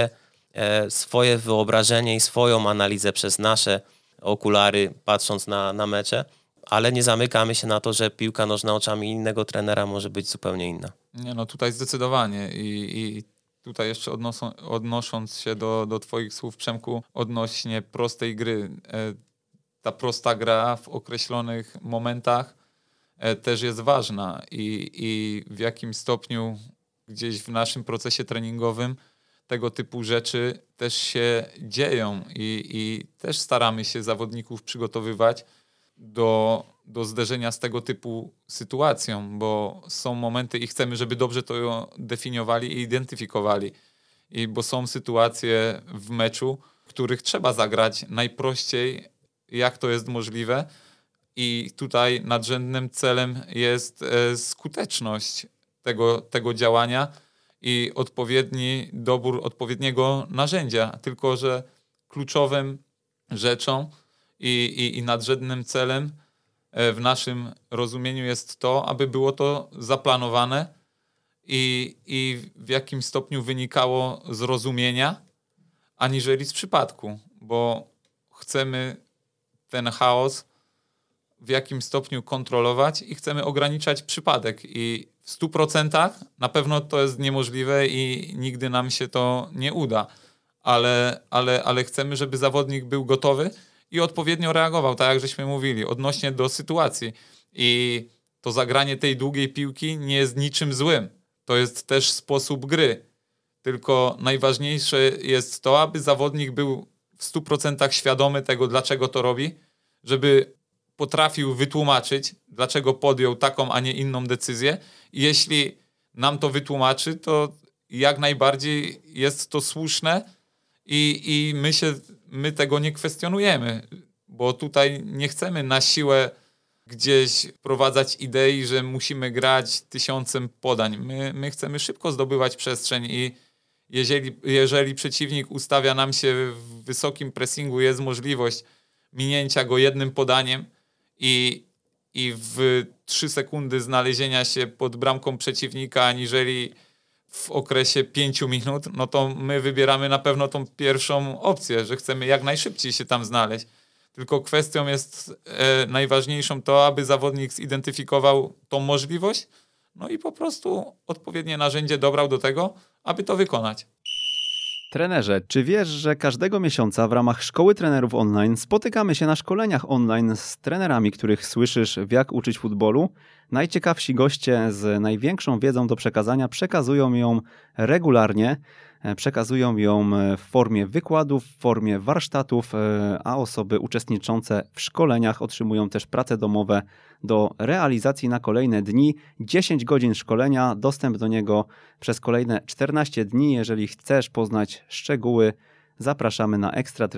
swoje wyobrażenie i swoją analizę przez nasze okulary, patrząc na mecze, ale nie zamykamy się na to, że piłka nożna oczami innego trenera może być zupełnie inna. Nie, no tutaj zdecydowanie i tutaj jeszcze odnosząc się do twoich słów, Przemku, odnośnie prostej gry. Ta prosta gra w określonych momentach też jest ważna i w jakim stopniu gdzieś w naszym procesie treningowym tego typu rzeczy też się dzieją i też staramy się zawodników przygotowywać do zderzenia z tego typu sytuacją, bo są momenty i chcemy, żeby dobrze to definiowali i identyfikowali. Bo są sytuacje w meczu, w których trzeba zagrać najprościej, jak to jest możliwe i tutaj nadrzędnym celem jest skuteczność tego działania i odpowiedni dobór odpowiedniego narzędzia. Tylko że kluczowym rzeczą i nadrzędnym celem w naszym rozumieniu jest to, aby było to zaplanowane i w jakim stopniu wynikało z rozumienia, aniżeli z przypadku, bo chcemy ten chaos w jakim stopniu kontrolować i chcemy ograniczać przypadek. I w 100% na pewno to jest niemożliwe i nigdy nam się to nie uda, ale chcemy, żeby zawodnik był gotowy i odpowiednio reagował, tak jak żeśmy mówili, odnośnie do sytuacji. I to zagranie tej długiej piłki nie jest niczym złym. To jest też sposób gry. Tylko najważniejsze jest to, aby zawodnik był w 100% świadomy tego, dlaczego to robi, żeby potrafił wytłumaczyć, dlaczego podjął taką, a nie inną decyzję. I jeśli nam to wytłumaczy, to jak najbardziej jest to słuszne i my tego nie kwestionujemy, bo tutaj nie chcemy na siłę gdzieś wprowadzać idei, że musimy grać 1000 podań. My chcemy szybko zdobywać przestrzeń i jeżeli przeciwnik ustawia nam się w wysokim pressingu, jest możliwość minięcia go jednym podaniem i w 3 sekundy znalezienia się pod bramką przeciwnika, aniżeli w okresie 5 minut, no to my wybieramy na pewno tą pierwszą opcję, że chcemy jak najszybciej się tam znaleźć. Tylko kwestią jest najważniejszą to, aby zawodnik zidentyfikował tą możliwość, no i po prostu odpowiednie narzędzie dobrał do tego, aby to wykonać. Trenerze, czy wiesz, że każdego miesiąca w ramach Szkoły Trenerów Online spotykamy się na szkoleniach online z trenerami, których słyszysz w Jak uczyć futbolu? Najciekawsi goście z największą wiedzą do przekazania przekazują ją regularnie, przekazują ją w formie wykładów, w formie warsztatów, a osoby uczestniczące w szkoleniach otrzymują też prace domowe do realizacji na kolejne dni. 10 godzin szkolenia, dostęp do niego przez kolejne 14 dni. Jeżeli chcesz poznać szczegóły, zapraszamy na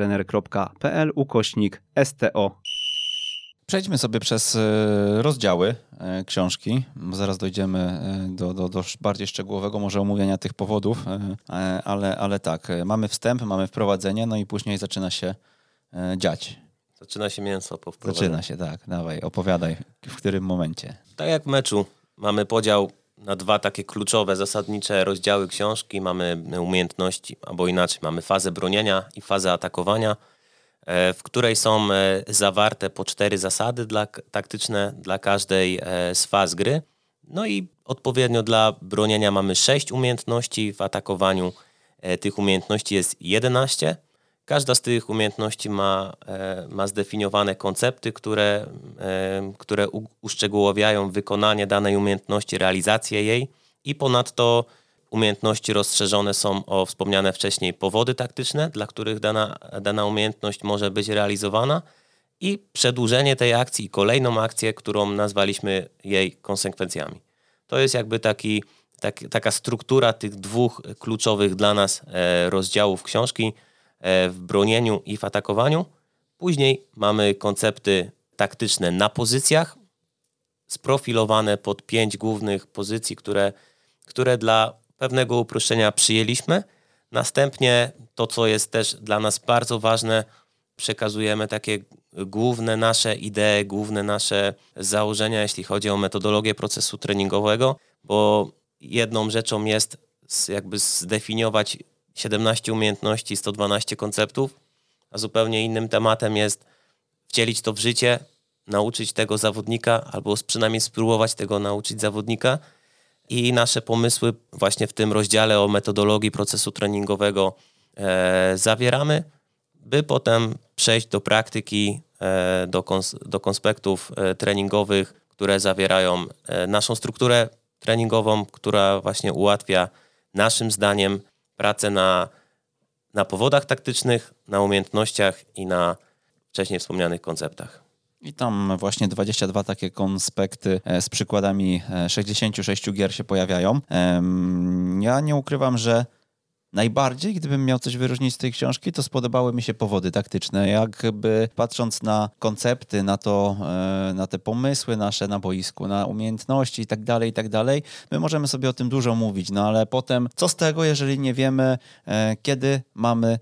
ekstratrener.pl/STO. Przejdźmy sobie przez rozdziały książki, bo zaraz dojdziemy do bardziej szczegółowego może omówienia tych powodów, ale tak, mamy wstęp, mamy wprowadzenie, no i później zaczyna się dziać. Zaczyna się mięso po wprowadzeniu. Zaczyna się, tak. Dawaj, opowiadaj, w którym momencie. Tak jak w meczu mamy podział na 2 takie kluczowe, zasadnicze rozdziały książki. Mamy umiejętności, albo inaczej, mamy fazę bronienia i fazę atakowania, w której są zawarte po 4 zasady taktyczne dla każdej z faz gry. No i odpowiednio dla bronienia mamy 6 umiejętności, w atakowaniu tych umiejętności jest 11. Każda z tych umiejętności ma zdefiniowane koncepty, które uszczegóławiają wykonanie danej umiejętności, realizację jej i ponadto umiejętności rozszerzone są o wspomniane wcześniej powody taktyczne, dla których dana umiejętność może być realizowana i przedłużenie tej akcji i kolejną akcję, którą nazwaliśmy jej konsekwencjami. To jest jakby taka struktura tych 2 kluczowych dla nas rozdziałów książki w bronieniu i w atakowaniu. Później mamy koncepty taktyczne na pozycjach, sprofilowane pod 5 głównych pozycji, które dla pewnego uproszczenia przyjęliśmy. Następnie to, co jest też dla nas bardzo ważne, przekazujemy takie główne nasze idee, główne nasze założenia, jeśli chodzi o metodologię procesu treningowego, bo jedną rzeczą jest jakby zdefiniować 17 umiejętności, 112 konceptów, a zupełnie innym tematem jest wcielić to w życie, nauczyć tego zawodnika, albo przynajmniej spróbować tego nauczyć zawodnika. I nasze pomysły właśnie w tym rozdziale o metodologii procesu treningowego zawieramy, by potem przejść do praktyki, do konspektów treningowych, które zawierają naszą strukturę treningową, która właśnie ułatwia naszym zdaniem pracę na powodach taktycznych, na umiejętnościach i na wcześniej wspomnianych konceptach. I tam właśnie 22 takie konspekty z przykładami 66 gier się pojawiają. Ja nie ukrywam, że najbardziej, gdybym miał coś wyróżnić z tej książki, to spodobały mi się powody taktyczne. Jakby patrząc na koncepty, na to, na te pomysły nasze na boisku, na umiejętności i tak dalej, my możemy sobie o tym dużo mówić, no ale potem co z tego, jeżeli nie wiemy, kiedy mamy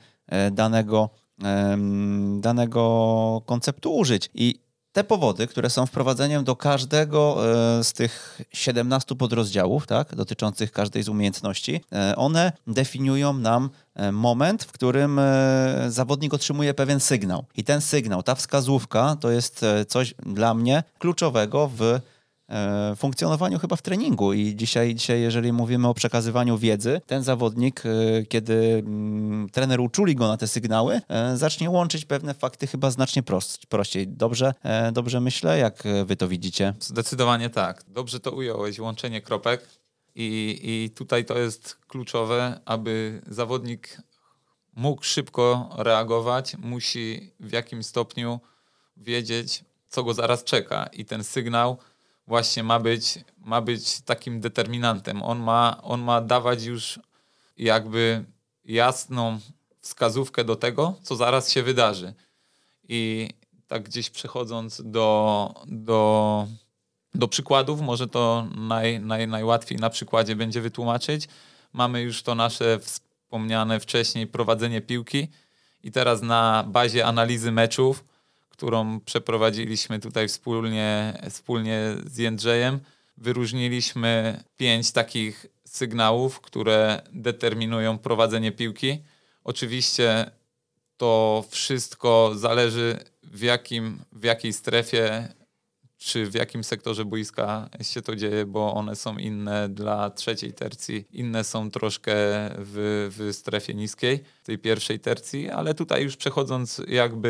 danego konceptu użyć. I te powody, które są wprowadzeniem do każdego z tych 17 podrozdziałów, tak, dotyczących każdej z umiejętności, one definiują nam moment, w którym zawodnik otrzymuje pewien sygnał. I ten sygnał, ta wskazówka, to jest coś dla mnie kluczowego w funkcjonowaniu chyba w treningu. I dzisiaj, jeżeli mówimy o przekazywaniu wiedzy, ten zawodnik, kiedy trener uczuli go na te sygnały, zacznie łączyć pewne fakty chyba znacznie prościej. Dobrze myślę? Jak wy to widzicie? Zdecydowanie tak. Dobrze to ująłeś, łączenie kropek. I tutaj to jest kluczowe, aby zawodnik mógł szybko reagować, musi w jakimś stopniu wiedzieć, co go zaraz czeka. I ten sygnał właśnie ma być takim determinantem. On ma dawać już jakby jasną wskazówkę do tego, co zaraz się wydarzy. I tak gdzieś przechodząc do przykładów, może to najłatwiej na przykładzie będzie wytłumaczyć. Mamy już to nasze wspomniane wcześniej prowadzenie piłki i teraz na bazie analizy meczów, którą przeprowadziliśmy tutaj wspólnie z Jędrzejem, wyróżniliśmy 5 takich sygnałów, które determinują prowadzenie piłki. Oczywiście to wszystko zależy w jakiej strefie czy w jakim sektorze boiska się to dzieje, bo one są inne dla trzeciej tercji, inne są troszkę w strefie niskiej, tej pierwszej tercji, ale tutaj już przechodząc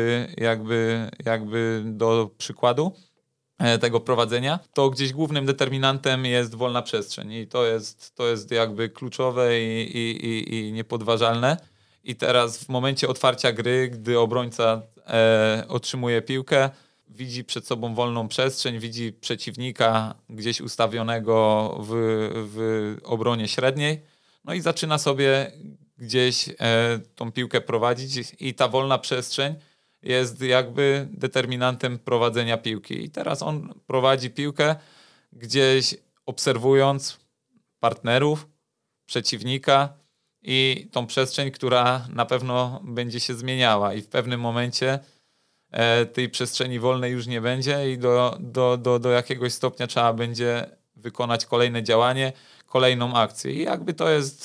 jakby do przykładu tego prowadzenia, to gdzieś głównym determinantem jest wolna przestrzeń i to jest jakby kluczowe i niepodważalne. I teraz w momencie otwarcia gry, gdy obrońca otrzymuje piłkę, widzi przed sobą wolną przestrzeń, widzi przeciwnika gdzieś ustawionego w obronie średniej, no i zaczyna sobie gdzieś tą piłkę prowadzić i ta wolna przestrzeń jest jakby determinantem prowadzenia piłki. I teraz on prowadzi piłkę gdzieś obserwując partnerów, przeciwnika i tą przestrzeń, która na pewno będzie się zmieniała i w pewnym momencie tej przestrzeni wolnej już nie będzie i do jakiegoś stopnia trzeba będzie wykonać kolejne działanie, kolejną akcję. I jakby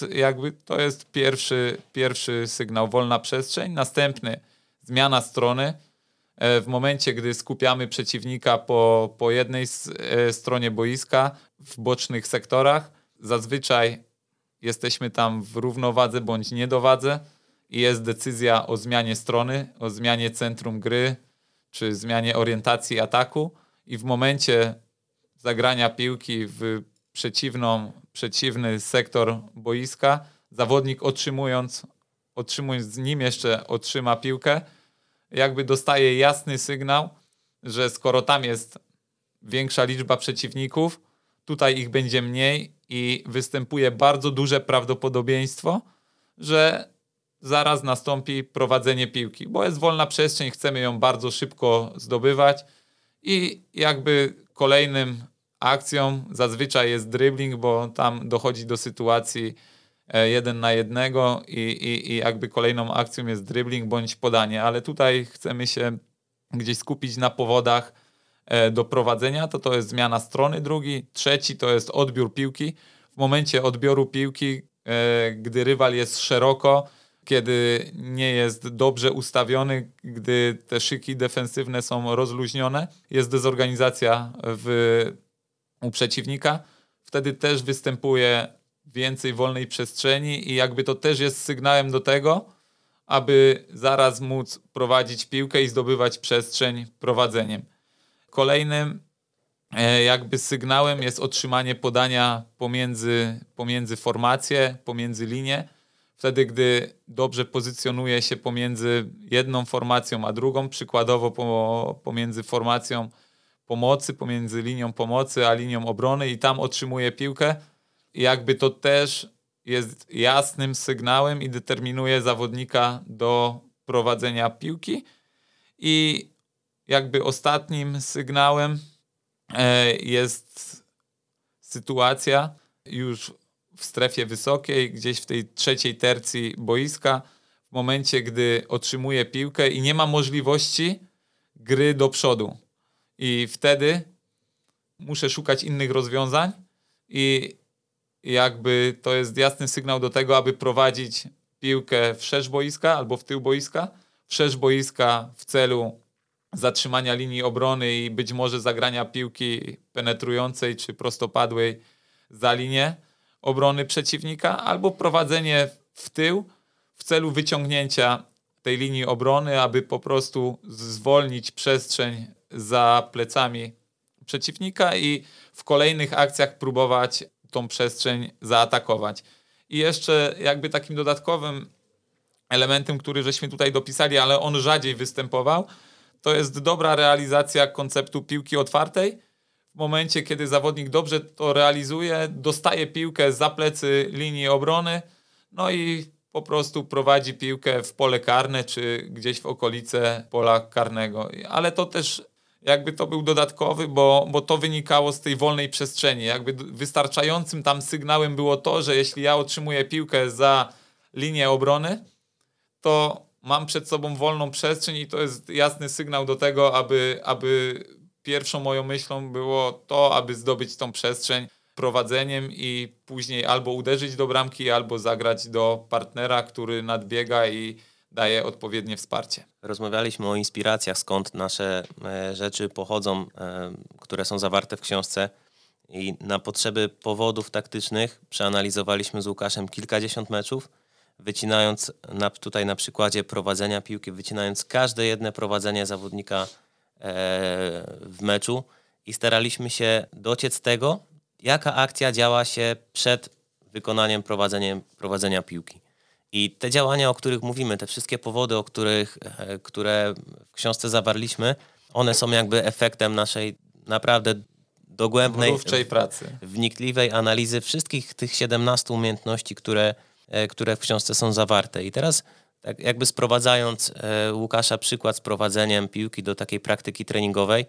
to jest pierwszy sygnał, wolna przestrzeń. Następny, zmiana strony. W momencie, gdy skupiamy przeciwnika po jednej stronie boiska, w bocznych sektorach, zazwyczaj jesteśmy tam w równowadze bądź niedowadze i jest decyzja o zmianie strony, o zmianie centrum gry, czy zmianie orientacji ataku i w momencie zagrania piłki w przeciwny sektor boiska, zawodnik otrzymując z nim jeszcze otrzyma piłkę, jakby dostaje jasny sygnał, że skoro tam jest większa liczba przeciwników, tutaj ich będzie mniej i występuje bardzo duże prawdopodobieństwo, że zaraz nastąpi prowadzenie piłki, bo jest wolna przestrzeń, chcemy ją bardzo szybko zdobywać i jakby kolejnym akcją zazwyczaj jest dribbling, bo tam dochodzi do sytuacji 1 na 1 i jakby kolejną akcją jest dribbling bądź podanie, ale tutaj chcemy się gdzieś skupić na powodach do prowadzenia, to jest zmiana strony. Trzeci to jest odbiór piłki. W momencie odbioru piłki, gdy rywal jest szeroko, kiedy nie jest dobrze ustawiony, gdy te szyki defensywne są rozluźnione, jest dezorganizacja u przeciwnika, wtedy też występuje więcej wolnej przestrzeni i jakby to też jest sygnałem do tego, aby zaraz móc prowadzić piłkę i zdobywać przestrzeń prowadzeniem. Kolejnym jakby sygnałem jest otrzymanie podania pomiędzy formacje, pomiędzy linie. Wtedy, gdy dobrze pozycjonuje się pomiędzy jedną formacją a drugą, przykładowo pomiędzy formacją pomocy, pomiędzy linią pomocy a linią obrony i tam otrzymuje piłkę. I jakby to też jest jasnym sygnałem i determinuje zawodnika do prowadzenia piłki. I jakby ostatnim sygnałem jest sytuacja już w strefie wysokiej, gdzieś w tej trzeciej tercji boiska, w momencie, gdy otrzymuje piłkę i nie ma możliwości gry do przodu. I wtedy muszę szukać innych rozwiązań i jakby to jest jasny sygnał do tego, aby prowadzić piłkę wszerz boiska albo w tył boiska. Wszerz boiska w celu zatrzymania linii obrony i być może zagrania piłki penetrującej czy prostopadłej za linię obrony przeciwnika, albo prowadzenie w tył w celu wyciągnięcia tej linii obrony, aby po prostu zwolnić przestrzeń za plecami przeciwnika i w kolejnych akcjach próbować tą przestrzeń zaatakować. I jeszcze jakby takim dodatkowym elementem, który żeśmy tutaj dopisali, ale on rzadziej występował, to jest dobra realizacja konceptu piłki otwartej. W momencie, kiedy zawodnik dobrze to realizuje, dostaje piłkę za plecy linii obrony, no i po prostu prowadzi piłkę w pole karne, czy gdzieś w okolice pola karnego. Ale to też jakby to był dodatkowy, bo to wynikało z tej wolnej przestrzeni. Jakby wystarczającym tam sygnałem było to, że jeśli ja otrzymuję piłkę za linię obrony, to mam przed sobą wolną przestrzeń i to jest jasny sygnał do tego, aby pierwszą moją myślą było to, aby zdobyć tą przestrzeń prowadzeniem i później albo uderzyć do bramki, albo zagrać do partnera, który nadbiega i daje odpowiednie wsparcie. Rozmawialiśmy o inspiracjach, skąd nasze rzeczy pochodzą, które są zawarte w książce i na potrzeby powodów taktycznych przeanalizowaliśmy z Łukaszem kilkadziesiąt meczów, wycinając tutaj na przykładzie prowadzenia piłki, wycinając każde jedno prowadzenie zawodnika w meczu i staraliśmy się dociec tego, jaka akcja działa się przed wykonaniem prowadzenia piłki. I te działania, o których mówimy, te wszystkie powody, które w książce zawarliśmy, one są jakby efektem naszej naprawdę dogłębnej, mrówczej pracy, wnikliwej analizy wszystkich tych 17 umiejętności, które w książce są zawarte. I teraz tak jakby sprowadzając Łukasza przykład z prowadzeniem piłki do takiej praktyki treningowej,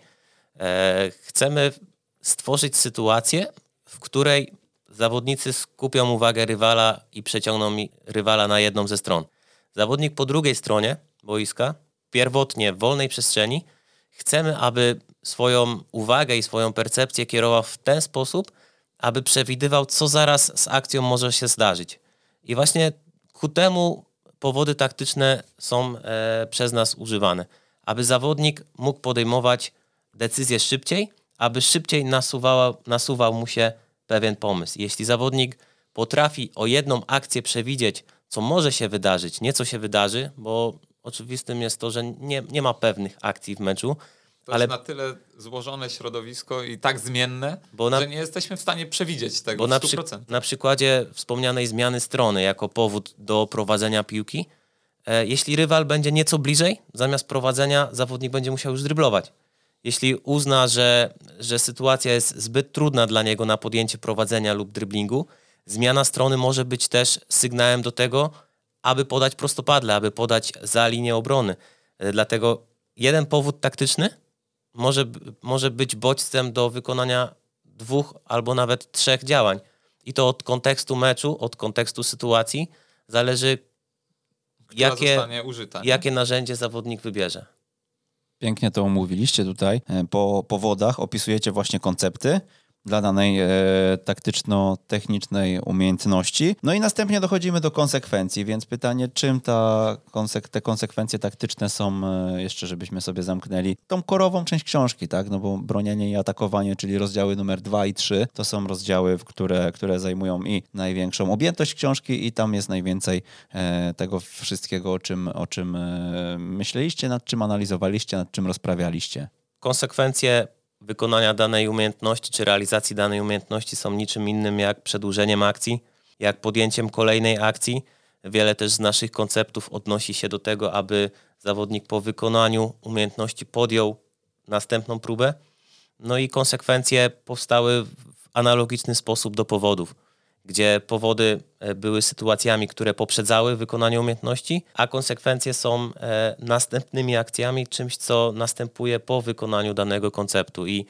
chcemy stworzyć sytuację, w której zawodnicy skupią uwagę rywala i przeciągną rywala na jedną ze stron. Zawodnik po drugiej stronie boiska, pierwotnie w wolnej przestrzeni, chcemy, aby swoją uwagę i swoją percepcję kierował w ten sposób, aby przewidywał, co zaraz z akcją może się zdarzyć. I właśnie ku temu powody taktyczne są przez nas używane. Aby zawodnik mógł podejmować decyzje szybciej, aby szybciej nasuwał mu się pewien pomysł. Jeśli zawodnik potrafi o jedną akcję przewidzieć, co może się wydarzyć, nie co się wydarzy, bo oczywistym jest to, że nie ma pewnych akcji w meczu. To jest na tyle złożone środowisko i tak zmienne, że nie jesteśmy w stanie przewidzieć tego w 100%. Na przykładzie wspomnianej zmiany strony jako powód do prowadzenia piłki, jeśli rywal będzie nieco bliżej, zamiast prowadzenia zawodnik będzie musiał już dryblować. Jeśli uzna, że sytuacja jest zbyt trudna dla niego na podjęcie prowadzenia lub dryblingu, zmiana strony może być też sygnałem do tego, aby podać prostopadle, aby podać za linię obrony. Dlatego jeden powód taktyczny może być bodźcem do wykonania 2 albo nawet 3 działań. I to od kontekstu meczu, od kontekstu sytuacji zależy, jakie narzędzie zawodnik wybierze. Pięknie to omówiliście tutaj. Po powodach opisujecie właśnie koncepty dla danej taktyczno-technicznej umiejętności. No i następnie dochodzimy do konsekwencji, więc pytanie, czym te konsekwencje taktyczne są, jeszcze żebyśmy sobie zamknęli tą korową część książki, tak? No bo bronienie i atakowanie, czyli rozdziały numer 2 i 3, to są rozdziały, które zajmują i największą objętość książki i tam jest najwięcej tego wszystkiego, o czym myśleliście, nad czym analizowaliście, nad czym rozprawialiście. Konsekwencje wykonania danej umiejętności czy realizacji danej umiejętności są niczym innym jak przedłużeniem akcji, jak podjęciem kolejnej akcji. Wiele też z naszych konceptów odnosi się do tego, aby zawodnik po wykonaniu umiejętności podjął następną próbę. No i konsekwencje powstały w analogiczny sposób do powodów, gdzie powody były sytuacjami, które poprzedzały wykonanie umiejętności, a konsekwencje są następnymi akcjami, czymś, co następuje po wykonaniu danego konceptu. I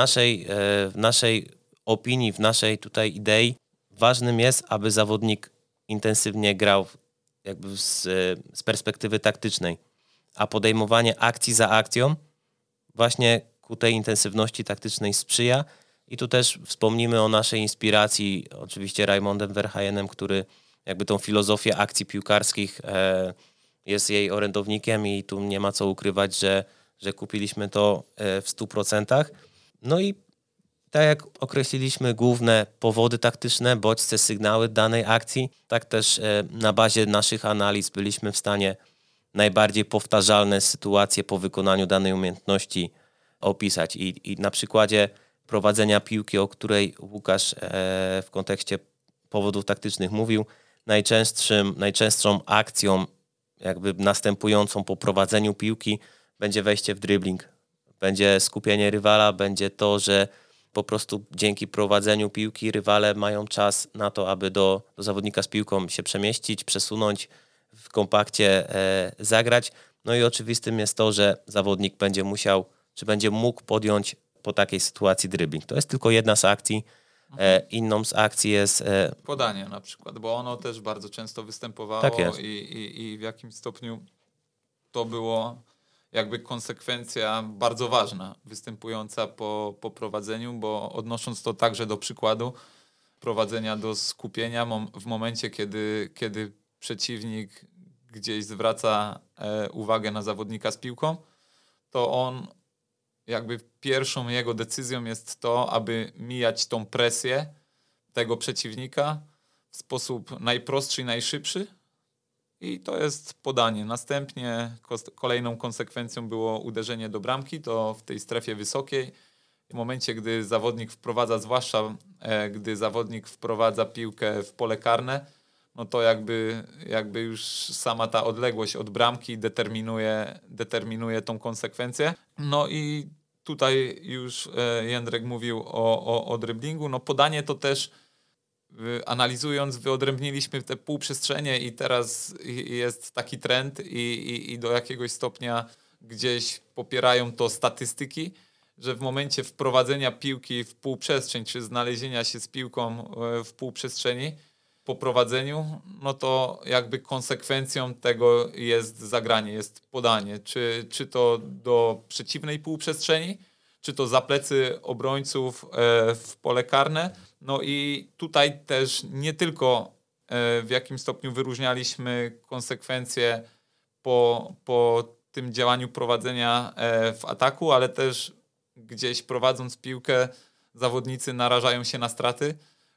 w naszej opinii, w naszej tutaj idei ważnym jest, aby zawodnik intensywnie grał jakby z perspektywy taktycznej, a podejmowanie akcji za akcją właśnie ku tej intensywności taktycznej sprzyja. I tu też wspomnimy o naszej inspiracji, oczywiście Raimondem Verheyenem, który jakby tą filozofię akcji piłkarskich jest jej orędownikiem i tu nie ma co ukrywać, że kupiliśmy to w 100%. No i tak jak określiliśmy główne powody taktyczne, bodźce, sygnały danej akcji, tak też na bazie naszych analiz byliśmy w stanie najbardziej powtarzalne sytuacje po wykonaniu danej umiejętności opisać. I na przykładzie prowadzenia piłki, o której Łukasz w kontekście powodów taktycznych mówił, najczęstszą akcją jakby następującą po prowadzeniu piłki będzie wejście w dribbling. Będzie skupienie rywala, będzie to, że po prostu dzięki prowadzeniu piłki rywale mają czas na to, aby do zawodnika z piłką się przemieścić, przesunąć, w kompakcie zagrać. No i oczywistym jest to, że zawodnik będzie musiał, czy będzie mógł podjąć po takiej sytuacji dribbling. To jest tylko jedna z akcji. Inną z akcji jest... podanie na przykład, bo ono też bardzo często występowało tak jest. I w jakimś stopniu to było jakby konsekwencja bardzo ważna, występująca po prowadzeniu, bo odnosząc to także do przykładu prowadzenia do skupienia w momencie, kiedy przeciwnik gdzieś zwraca uwagę na zawodnika z piłką, to on jakby pierwszą jego decyzją jest to, aby mijać tą presję tego przeciwnika w sposób najprostszy i najszybszy. I to jest podanie. Następnie kolejną konsekwencją było uderzenie do bramki, to w tej strefie wysokiej. W momencie, gdy zawodnik wprowadza, zwłaszcza gdy zawodnik wprowadza piłkę w pole karne, no to jakby już sama ta odległość od bramki determinuje tą konsekwencję. No i tutaj już Jędrek mówił o driblingu. No podanie to też analizując wyodrębniliśmy te półprzestrzenie i teraz jest taki trend i do jakiegoś stopnia gdzieś popierają to statystyki, że w momencie wprowadzenia piłki w półprzestrzeń czy znalezienia się z piłką w półprzestrzeni po prowadzeniu, no to jakby konsekwencją tego jest zagranie, jest podanie, czy to do przeciwnej półprzestrzeni, czy to za plecy obrońców w pole karne. No i tutaj też nie tylko w jakim stopniu wyróżnialiśmy konsekwencje po tym działaniu prowadzenia w ataku, ale też gdzieś prowadząc piłkę zawodnicy narażają się na straty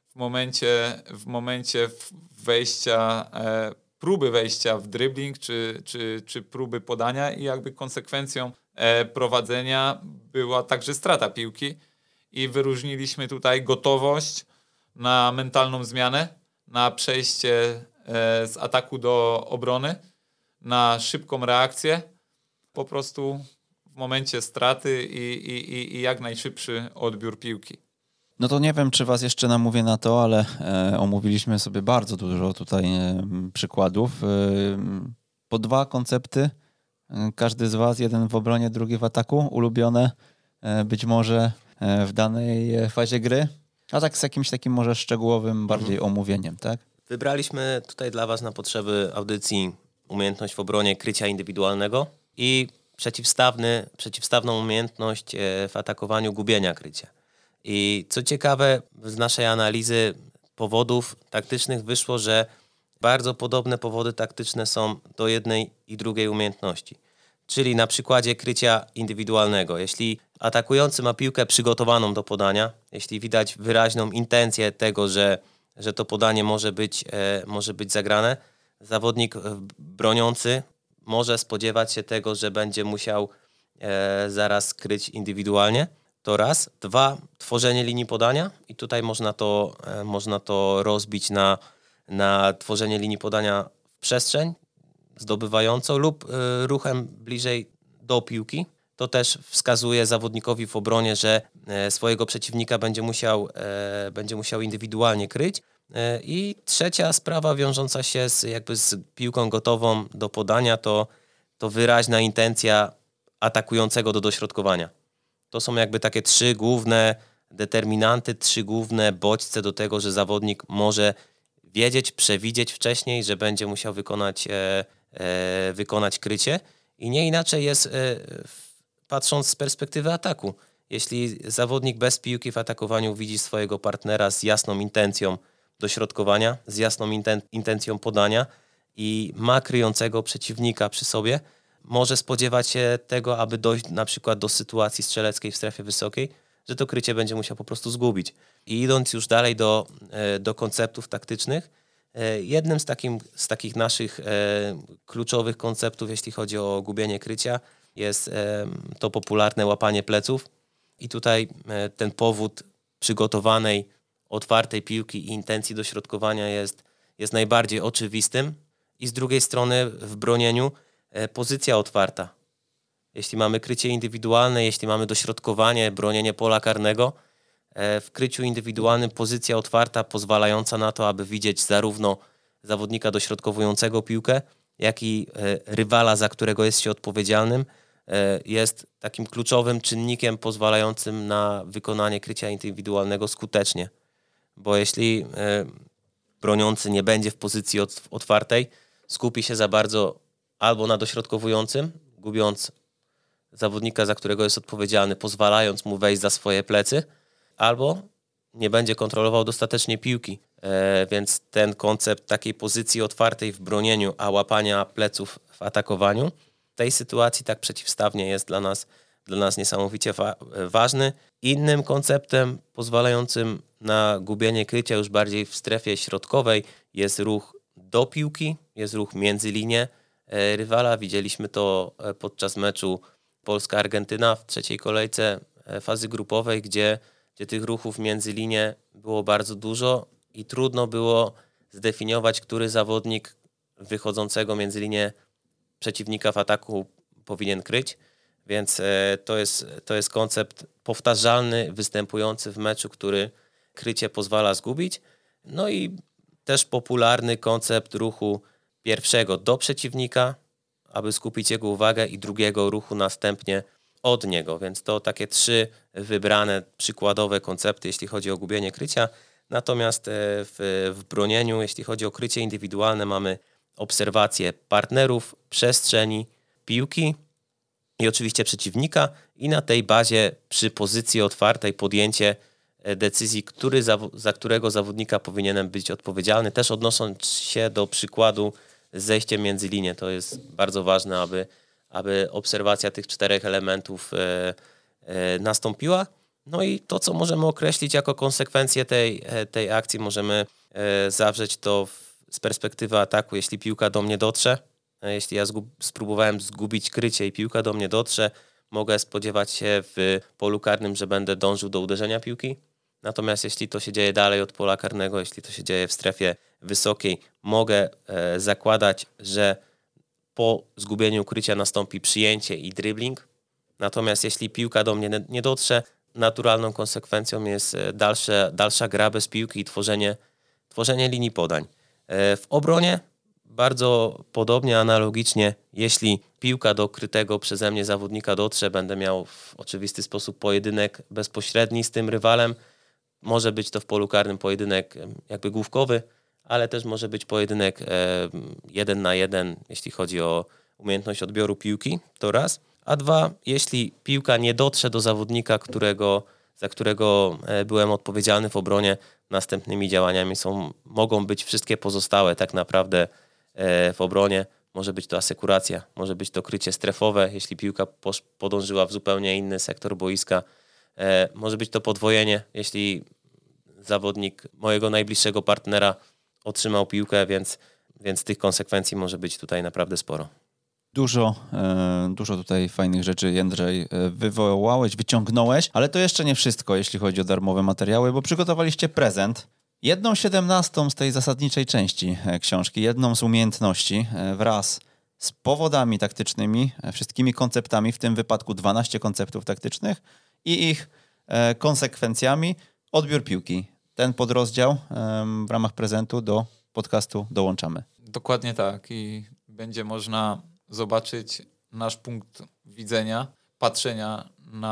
w momencie wejścia, próby wejścia w dribbling czy próby podania i jakby konsekwencją prowadzenia była także strata piłki i wyróżniliśmy tutaj gotowość na mentalną zmianę, na przejście z ataku do obrony, na szybką reakcję, po prostu w momencie straty i jak najszybszy odbiór piłki. No to nie wiem, czy was jeszcze namówię na to, ale omówiliśmy sobie bardzo dużo tutaj przykładów. Po 2 koncepty, każdy z was, jeden w obronie, drugi w ataku, ulubione być może w danej fazie gry, a tak z jakimś takim może szczegółowym bardziej omówieniem, tak? Wybraliśmy tutaj dla was na potrzeby audycji umiejętność w obronie krycia indywidualnego i przeciwstawną umiejętność w atakowaniu gubienia krycia. I co ciekawe, z naszej analizy powodów taktycznych wyszło, że bardzo podobne powody taktyczne są do jednej i drugiej umiejętności. Czyli na przykładzie krycia indywidualnego. Jeśli atakujący ma piłkę przygotowaną do podania, jeśli widać wyraźną intencję tego, że to podanie może być zagrane, zawodnik broniący może spodziewać się tego, że będzie musiał zaraz kryć indywidualnie. To raz. 2. Tworzenie linii podania i tutaj można to rozbić na tworzenie linii podania w przestrzeń zdobywającą lub ruchem bliżej do piłki. To też wskazuje zawodnikowi w obronie, że swojego przeciwnika będzie musiał indywidualnie kryć. I trzecia sprawa wiążąca się z piłką gotową do podania to wyraźna intencja atakującego do dośrodkowania. To są jakby takie 3 główne determinanty, 3 główne bodźce do tego, że zawodnik może wiedzieć, przewidzieć wcześniej, że będzie musiał wykonać krycie. I nie inaczej jest patrząc z perspektywy ataku. Jeśli zawodnik bez piłki w atakowaniu widzi swojego partnera z jasną intencją dośrodkowania, z jasną intencją podania i ma kryjącego przeciwnika przy sobie, może spodziewać się tego, aby dojść na przykład do sytuacji strzeleckiej w strefie wysokiej, że to krycie będzie musiał po prostu zgubić. I idąc już dalej do konceptów taktycznych, jednym z takich naszych kluczowych konceptów, jeśli chodzi o gubienie krycia, jest to popularne łapanie pleców. I tutaj ten powód przygotowanej, otwartej piłki i intencji dośrodkowania jest najbardziej oczywistym. I z drugiej strony w bronieniu pozycja otwarta. Jeśli mamy krycie indywidualne, jeśli mamy dośrodkowanie, bronienie pola karnego, w kryciu indywidualnym pozycja otwarta pozwalająca na to, aby widzieć zarówno zawodnika dośrodkowującego piłkę, jak i rywala, za którego jest się odpowiedzialnym, jest takim kluczowym czynnikiem pozwalającym na wykonanie krycia indywidualnego skutecznie. Bo jeśli broniący nie będzie w pozycji otwartej, skupi się za bardzo albo na dośrodkowującym, gubiąc zawodnika, za którego jest odpowiedzialny, pozwalając mu wejść za swoje plecy, albo nie będzie kontrolował dostatecznie piłki. Więc ten koncept takiej pozycji otwartej w bronieniu, a łapania pleców w atakowaniu, w tej sytuacji tak przeciwstawnie jest dla nas niesamowicie ważny. Innym konceptem pozwalającym na gubienie krycia już bardziej w strefie środkowej jest ruch do piłki, jest ruch między linie rywala. Widzieliśmy to podczas meczu Polska-Argentyna w trzeciej kolejce fazy grupowej, gdzie tych ruchów między linie było bardzo dużo i trudno było zdefiniować, który zawodnik wychodzącego między linię przeciwnika w ataku powinien kryć. Więc to jest koncept powtarzalny, występujący w meczu, który krycie pozwala zgubić. No i też popularny koncept ruchu pierwszego do przeciwnika, aby skupić jego uwagę, i drugiego ruchu następnie od niego. Więc to takie 3 wybrane przykładowe koncepty, jeśli chodzi o gubienie krycia. Natomiast w bronieniu, jeśli chodzi o krycie indywidualne, mamy obserwację partnerów, przestrzeni, piłki i oczywiście przeciwnika, i na tej bazie przy pozycji otwartej podjęcie decyzji, za którego zawodnika powinienem być odpowiedzialny. Też odnosząc się do przykładu z zejściem między linie, to jest bardzo ważne, aby obserwacja tych 4 elementów nastąpiła. No i to, co możemy określić jako konsekwencję tej akcji, możemy zawrzeć to z perspektywy ataku. Jeśli piłka do mnie dotrze, jeśli ja spróbowałem zgubić krycie i piłka do mnie dotrze, mogę spodziewać się w polu karnym, że będę dążył do uderzenia piłki. Natomiast jeśli to się dzieje dalej od pola karnego, jeśli to się dzieje w strefie wysokiej, mogę zakładać, że po zgubieniu krycia nastąpi przyjęcie i dribbling. Natomiast jeśli piłka do mnie nie dotrze, naturalną konsekwencją jest dalsza gra bez piłki i tworzenie linii podań. W obronie bardzo podobnie, analogicznie, jeśli piłka do krytego przeze mnie zawodnika dotrze, będę miał w oczywisty sposób pojedynek bezpośredni z tym rywalem. Może być to w polu karnym pojedynek jakby główkowy, ale też może być pojedynek 1 na 1, jeśli chodzi o umiejętność odbioru piłki, to raz. A 2, jeśli piłka nie dotrze do zawodnika, za którego byłem odpowiedzialny w obronie, następnymi działaniami mogą być wszystkie pozostałe tak naprawdę w obronie. Może być to asekuracja, może być to krycie strefowe, jeśli piłka podążyła w zupełnie inny sektor boiska. Może być to podwojenie, jeśli zawodnik mojego najbliższego partnera otrzymał piłkę, więc tych konsekwencji może być tutaj naprawdę sporo. Dużo tutaj fajnych rzeczy, Jędrzej, wywołałeś, wyciągnąłeś, ale to jeszcze nie wszystko, jeśli chodzi o darmowe materiały, bo przygotowaliście prezent. 1/17 z tej zasadniczej części książki, jedną z umiejętności wraz z powodami taktycznymi, wszystkimi konceptami, w tym wypadku 12 konceptów taktycznych i ich konsekwencjami, odbiór piłki. ten podrozdział w ramach prezentu do podcastu dołączamy. Dokładnie tak i będzie można zobaczyć nasz punkt widzenia, patrzenia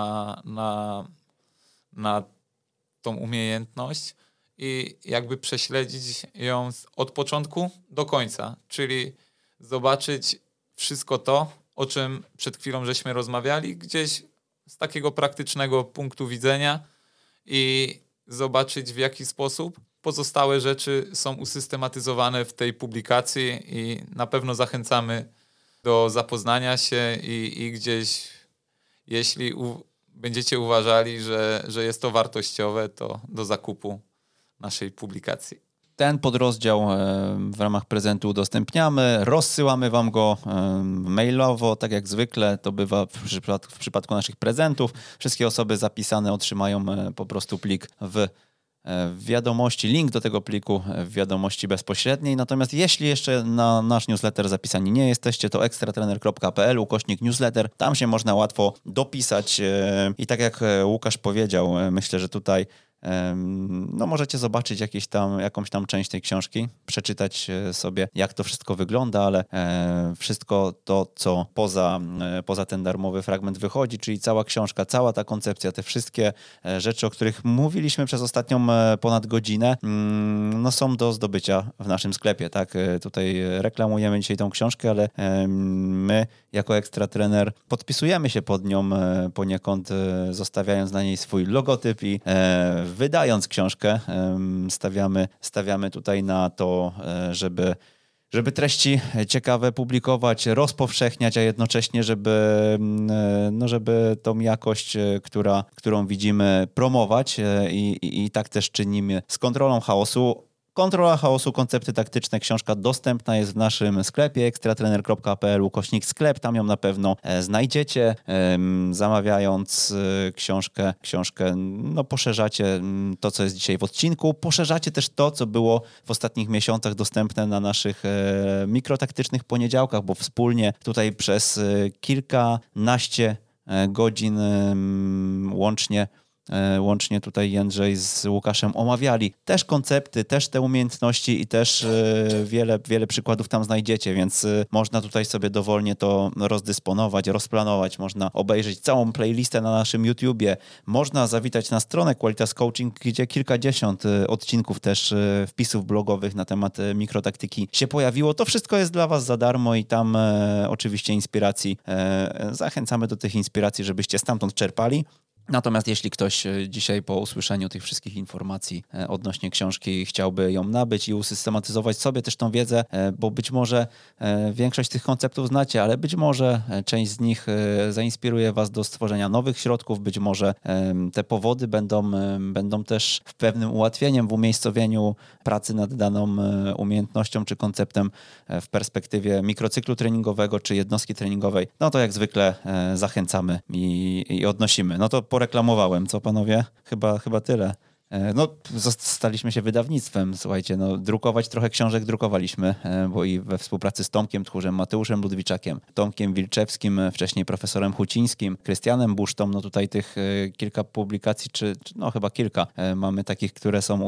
na tą umiejętność i jakby prześledzić ją od początku do końca, czyli zobaczyć wszystko to, o czym przed chwilą żeśmy rozmawiali, gdzieś z takiego praktycznego punktu widzenia i zobaczyć, w jaki sposób pozostałe rzeczy są usystematyzowane w tej publikacji i na pewno zachęcamy do zapoznania się i gdzieś, jeśli będziecie uważali, że jest to wartościowe, to do zakupu naszej publikacji. Ten podrozdział w ramach prezentu udostępniamy, rozsyłamy wam go mailowo, tak jak zwykle to bywa w przypadku naszych prezentów. Wszystkie osoby zapisane otrzymają po prostu plik w wiadomości, link do tego pliku w wiadomości bezpośredniej. Natomiast jeśli jeszcze na nasz newsletter zapisani nie jesteście, to ekstratrener.pl/newsletter. Tam się można łatwo dopisać i tak jak Łukasz powiedział, myślę, że tutaj możecie zobaczyć jakąś tam część tej książki, przeczytać sobie, jak to wszystko wygląda, ale wszystko to, co poza ten darmowy fragment wychodzi, czyli cała książka, cała ta koncepcja, te wszystkie rzeczy, o których mówiliśmy przez ostatnią ponad godzinę, są do zdobycia w naszym sklepie. Tak? Tutaj reklamujemy dzisiaj tą książkę, ale my jako Ekstratrener podpisujemy się pod nią poniekąd, zostawiając na niej swój logotyp i wydając książkę, stawiamy tutaj na to, żeby treści ciekawe publikować, rozpowszechniać, a jednocześnie, żeby tą jakość, którą widzimy, promować i tak też czynimy z kontrolą chaosu. Kontrola chaosu, koncepty taktyczne, książka dostępna jest w naszym sklepie ekstratrener.pl/sklep, tam ją na pewno znajdziecie. Zamawiając książkę, poszerzacie to, co jest dzisiaj w odcinku, poszerzacie też to, co było w ostatnich miesiącach dostępne na naszych mikrotaktycznych poniedziałkach, bo wspólnie tutaj przez kilkanaście godzin łącznie tutaj Jędrzej z Łukaszem omawiali też koncepty, też te umiejętności i też wiele przykładów tam znajdziecie, więc można tutaj sobie dowolnie to rozdysponować, rozplanować, można obejrzeć całą playlistę na naszym YouTubie, można zawitać na stronę Qualitas Coaching, gdzie kilkadziesiąt odcinków też wpisów blogowych na temat mikrotaktyki się pojawiło. To wszystko jest dla was za darmo i tam oczywiście inspiracji, zachęcamy do tych inspiracji, żebyście stamtąd czerpali. Natomiast jeśli ktoś dzisiaj po usłyszeniu tych wszystkich informacji odnośnie książki chciałby ją nabyć i usystematyzować sobie też tą wiedzę, bo być może większość tych konceptów znacie, ale być może część z nich zainspiruje was do stworzenia nowych środków, być może te powody będą też pewnym ułatwieniem w umiejscowieniu pracy nad daną umiejętnością czy konceptem w perspektywie mikrocyklu treningowego czy jednostki treningowej. No to jak zwykle zachęcamy i odnosimy. No to poreklamowałem, co panowie? Chyba tyle. Staliśmy się wydawnictwem, słuchajcie, drukować trochę książek drukowaliśmy, bo i we współpracy z Tomkiem Tchórzem, Mateuszem Ludwiczakiem, Tomkiem Wilczewskim, wcześniej profesorem Hucińskim, Krystianem Busztą, tutaj tych kilka publikacji, czy chyba kilka, mamy takich, które są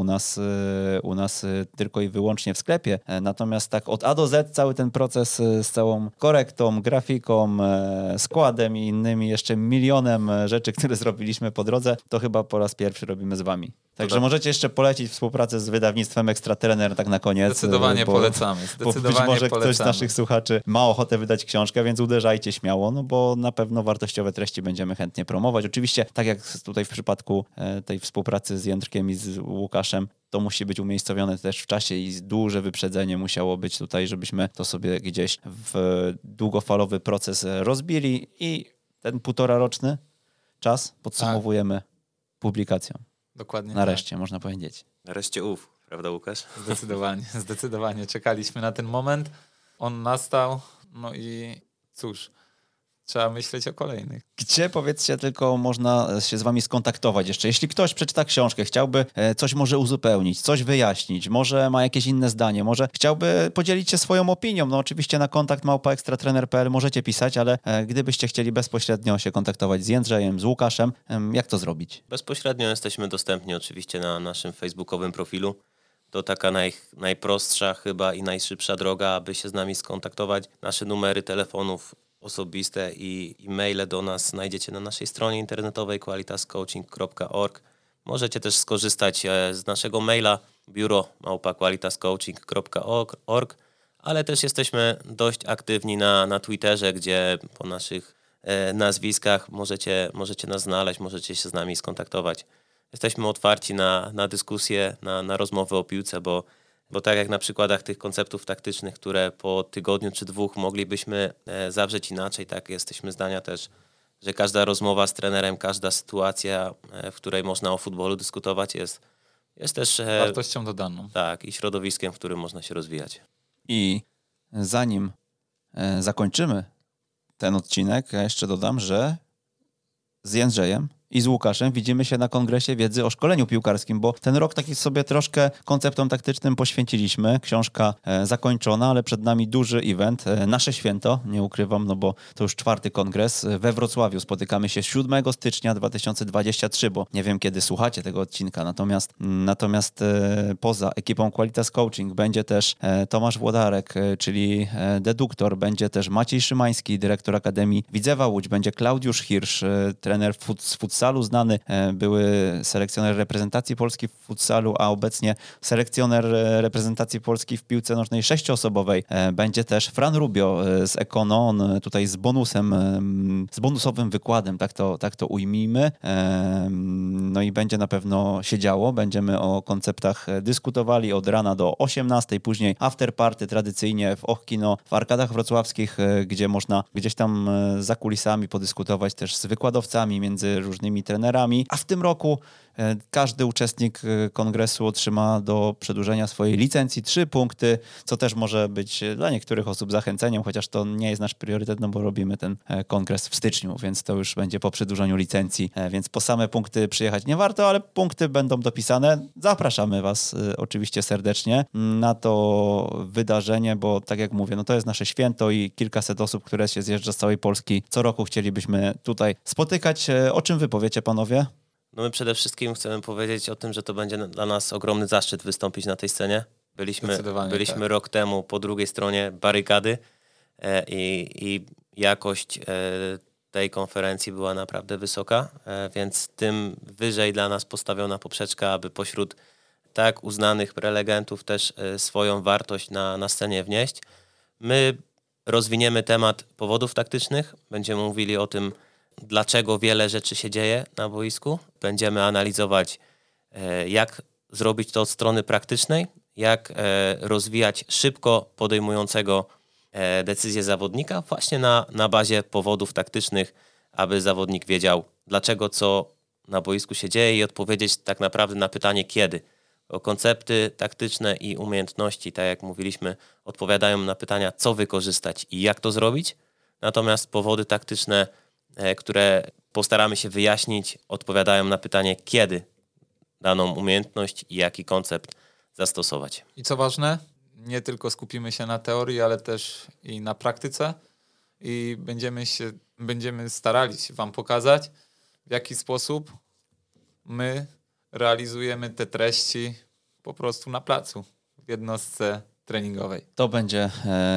u nas tylko i wyłącznie w sklepie, natomiast tak od A do Z cały ten proces z całą korektą, grafiką, składem i innymi jeszcze milionem rzeczy, które zrobiliśmy po drodze, to chyba po raz pierwszy robimy z wami. Także możecie jeszcze polecić współpracę z wydawnictwem Ekstratrener tak na koniec. Zdecydowanie polecamy. Bo być może ktoś z naszych słuchaczy ma ochotę wydać książkę, więc uderzajcie śmiało, bo na pewno wartościowe treści będziemy chętnie promować. Oczywiście, tak jak tutaj w przypadku tej współpracy z Jędrkiem i z Łukaszem, to musi być umiejscowione też w czasie i duże wyprzedzenie musiało być tutaj, żebyśmy to sobie gdzieś w długofalowy proces rozbili i ten 1,5-roczny czas podsumowujemy publikacją. Dokładnie. Nareszcie, można powiedzieć. Nareszcie prawda Łukasz? Zdecydowanie. Czekaliśmy na ten moment. On nastał. No i cóż, trzeba myśleć o kolejnych. Gdzie, powiedzcie, tylko można się z wami skontaktować jeszcze? Jeśli ktoś przeczyta książkę, chciałby coś może uzupełnić, coś wyjaśnić, może ma jakieś inne zdanie, może chciałby podzielić się swoją opinią, no oczywiście na kontakt @ekstratrener.pl możecie pisać, ale gdybyście chcieli bezpośrednio się kontaktować z Jędrzejem, z Łukaszem, jak to zrobić? Bezpośrednio jesteśmy dostępni oczywiście na naszym facebookowym profilu. To taka najprostsza chyba i najszybsza droga, aby się z nami skontaktować. Nasze numery telefonów osobiste i maile do nas znajdziecie na naszej stronie internetowej qualitascoaching.org. Możecie też skorzystać z naszego maila biuro@qualitascoaching.org, ale też jesteśmy dość aktywni na Twitterze, gdzie po naszych nazwiskach możecie nas znaleźć, możecie się z nami skontaktować. Jesteśmy otwarci na dyskusje, na rozmowy o piłce, bo tak jak na przykładach tych konceptów taktycznych, które po tygodniu czy dwóch moglibyśmy zawrzeć inaczej, tak jesteśmy zdania też, że każda rozmowa z trenerem, każda sytuacja, w której można o futbolu dyskutować jest też wartością dodaną. Tak, i środowiskiem, w którym można się rozwijać. I zanim zakończymy ten odcinek, ja jeszcze dodam, że z Jędrzejem i z Łukaszem widzimy się na Kongresie Wiedzy o Szkoleniu Piłkarskim, bo ten rok taki sobie troszkę konceptom taktycznym poświęciliśmy. Książka zakończona, ale przed nami duży event. Nasze święto, nie ukrywam, no bo to już 4. kongres we Wrocławiu. Spotykamy się 7 stycznia 2023, bo nie wiem, kiedy słuchacie tego odcinka. Natomiast poza ekipą Qualitas Coaching będzie też Tomasz Włodarek, czyli deduktor, będzie też Maciej Szymański, dyrektor Akademii Widzewa Łódź, będzie Klaudiusz Hirsch, trener z futsalu znany, były selekcjoner reprezentacji Polski w futsalu, a obecnie selekcjoner reprezentacji Polski w piłce nożnej 6-osobowej. Będzie też Fran Rubio z Ekono, on tutaj z bonusowym wykładem, tak to ujmijmy. No i będzie na pewno się działo, będziemy o konceptach dyskutowali od rana do 18, później afterparty tradycyjnie w Kino w Arkadach Wrocławskich, gdzie można gdzieś tam za kulisami podyskutować też z wykładowcami, między różnymi trenerami, a w tym roku każdy uczestnik kongresu otrzyma do przedłużenia swojej licencji 3 punkty, co też może być dla niektórych osób zachęceniem, chociaż to nie jest nasz priorytet, no bo robimy ten kongres w styczniu, więc to już będzie po przedłużeniu licencji, więc po same punkty przyjechać nie warto, ale punkty będą dopisane. Zapraszamy was oczywiście serdecznie na to wydarzenie, bo tak jak mówię, no to jest nasze święto i kilkaset osób, które się zjeżdża z całej Polski. Co roku chcielibyśmy tutaj spotykać. O czym wy powiecie, panowie? No my przede wszystkim chcemy powiedzieć o tym, że to będzie dla nas ogromny zaszczyt wystąpić na tej scenie. Byliśmy rok temu po drugiej stronie barykady i jakość tej konferencji była naprawdę wysoka, więc tym wyżej dla nas postawiona poprzeczka, aby pośród tak uznanych prelegentów też swoją wartość na scenie wnieść. My rozwiniemy temat powodów taktycznych, będziemy mówili o tym, dlaczego wiele rzeczy się dzieje na boisku. Będziemy analizować, jak zrobić to od strony praktycznej, jak rozwijać szybko podejmującego decyzję zawodnika właśnie na bazie powodów taktycznych, aby zawodnik wiedział, dlaczego co na boisku się dzieje i odpowiedzieć tak naprawdę na pytanie kiedy. Bo koncepty taktyczne i umiejętności, tak jak mówiliśmy, odpowiadają na pytania, co wykorzystać i jak to zrobić. Natomiast powody taktyczne, które postaramy się wyjaśnić, odpowiadają na pytanie, kiedy daną umiejętność i jaki koncept zastosować. I co ważne, nie tylko skupimy się na teorii, ale też i na praktyce i będziemy starali się wam pokazać, w jaki sposób my realizujemy te treści po prostu na placu, w jednostce treningowej. To będzie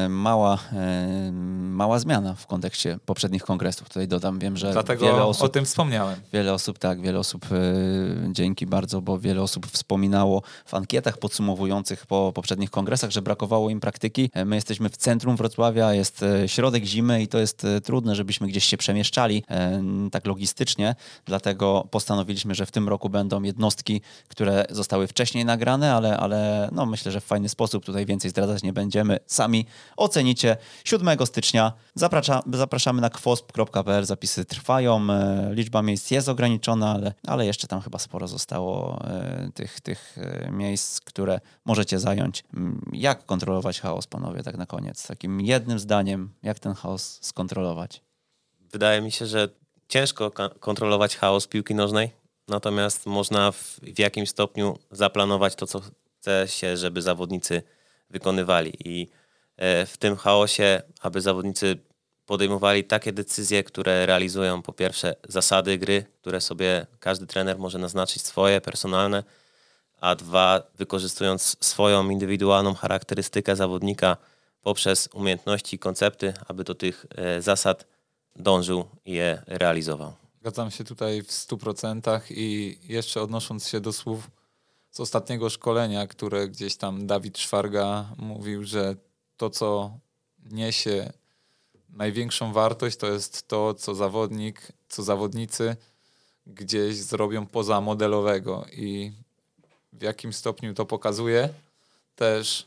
mała zmiana w kontekście poprzednich kongresów. Tutaj dodam, wiem, że dlatego wiele osób, o tym wspomniałem. Wiele osób, dzięki bardzo, bo wiele osób wspominało w ankietach podsumowujących po poprzednich kongresach, że brakowało im praktyki. My jesteśmy w centrum Wrocławia, jest środek zimy i to jest trudne, żebyśmy gdzieś się przemieszczali tak logistycznie, dlatego postanowiliśmy, że w tym roku będą jednostki, które zostały wcześniej nagrane, ale no, myślę, że w fajny sposób, tutaj więcej zdradzać nie będziemy, sami ocenicie 7 stycznia. Zapraszamy na kwosp.pl, zapisy trwają, liczba miejsc jest ograniczona, ale jeszcze tam chyba sporo zostało tych miejsc, które możecie zająć. Jak kontrolować chaos, panowie, tak na koniec? Takim jednym zdaniem, jak ten chaos skontrolować? wydaje mi się, że ciężko kontrolować chaos piłki nożnej, natomiast można w jakimś stopniu zaplanować to, co chce się, żeby zawodnicy wykonywali. I w tym chaosie, aby zawodnicy podejmowali takie decyzje, które realizują po pierwsze zasady gry, które sobie każdy trener może naznaczyć swoje, personalne, a dwa, wykorzystując swoją indywidualną charakterystykę zawodnika poprzez umiejętności i koncepty, aby do tych zasad dążył i je realizował. Zgadzam się tutaj w 100% i jeszcze odnosząc się do słów z ostatniego szkolenia, które gdzieś tam Dawid Szwarga mówił, że to, co niesie największą wartość, to jest to, co zawodnicy gdzieś zrobią poza modelowego i w jakim stopniu to pokazuje też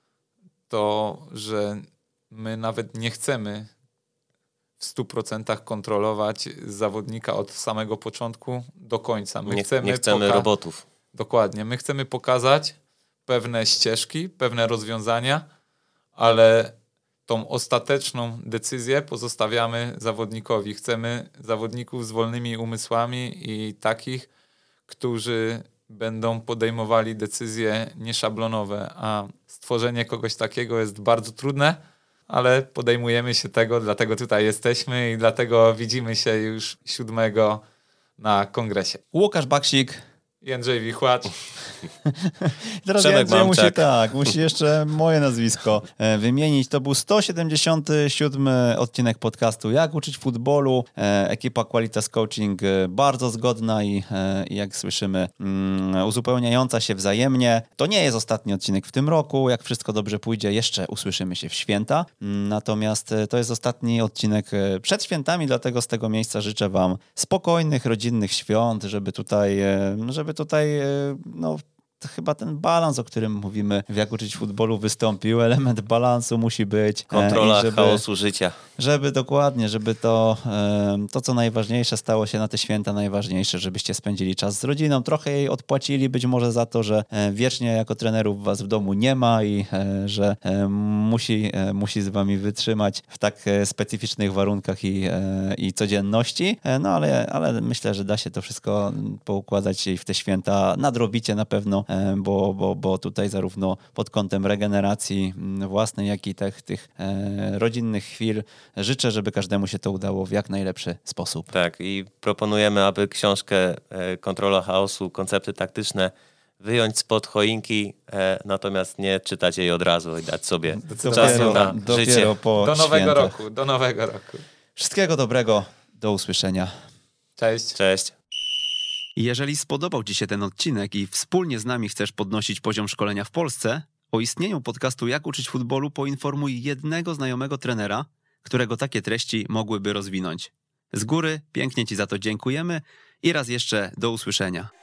to, że my nawet nie chcemy w 100% kontrolować zawodnika od samego początku do końca. Nie chcemy robotów. Dokładnie. My chcemy pokazać pewne ścieżki, pewne rozwiązania, ale tą ostateczną decyzję pozostawiamy zawodnikowi. Chcemy zawodników z wolnymi umysłami i takich, którzy będą podejmowali decyzje nieszablonowe, a stworzenie kogoś takiego jest bardzo trudne, ale podejmujemy się tego, dlatego tutaj jesteśmy i dlatego widzimy się już 7 na kongresie. Łukasz Baksik. Jędrzej Wichłacz. Teraz Przemek Jędrzej musi jeszcze moje nazwisko wymienić. To był 177 odcinek podcastu Jak uczyć futbolu. Ekipa Qualitas Coaching bardzo zgodna i jak słyszymy uzupełniająca się wzajemnie. To nie jest ostatni odcinek w tym roku. Jak wszystko dobrze pójdzie, jeszcze usłyszymy się w święta. Natomiast to jest ostatni odcinek przed świętami, dlatego z tego miejsca życzę wam spokojnych, rodzinnych świąt, żeby tutaj no, chyba ten balans, o którym mówimy w Jak uczyć futbolu wystąpił. Element balansu musi być. Kontrola chaosu życia. Żeby dokładnie, żeby to co najważniejsze stało się na te święta najważniejsze, żebyście spędzili czas z rodziną, trochę jej odpłacili być może za to, że wiecznie jako trenerów was w domu nie ma i że musi z wami wytrzymać w tak specyficznych warunkach i codzienności. No ale myślę, że da się to wszystko poukładać i w te święta nadrobicie na pewno, bo tutaj zarówno pod kątem regeneracji własnej, jak i tych rodzinnych chwil życzę, żeby każdemu się to udało w jak najlepszy sposób. Tak, i proponujemy, aby książkę Kontrola chaosu, koncepty taktyczne wyjąć spod choinki, natomiast nie czytać jej od razu i dać sobie czasu na życie. Do nowego roku. Wszystkiego dobrego, do usłyszenia. Cześć. Cześć. Jeżeli spodobał ci się ten odcinek i wspólnie z nami chcesz podnosić poziom szkolenia w Polsce, o istnieniu podcastu Jak uczyć futbolu poinformuj jednego znajomego trenera, którego takie treści mogłyby rozwinąć. Z góry pięknie ci za to dziękujemy i raz jeszcze do usłyszenia.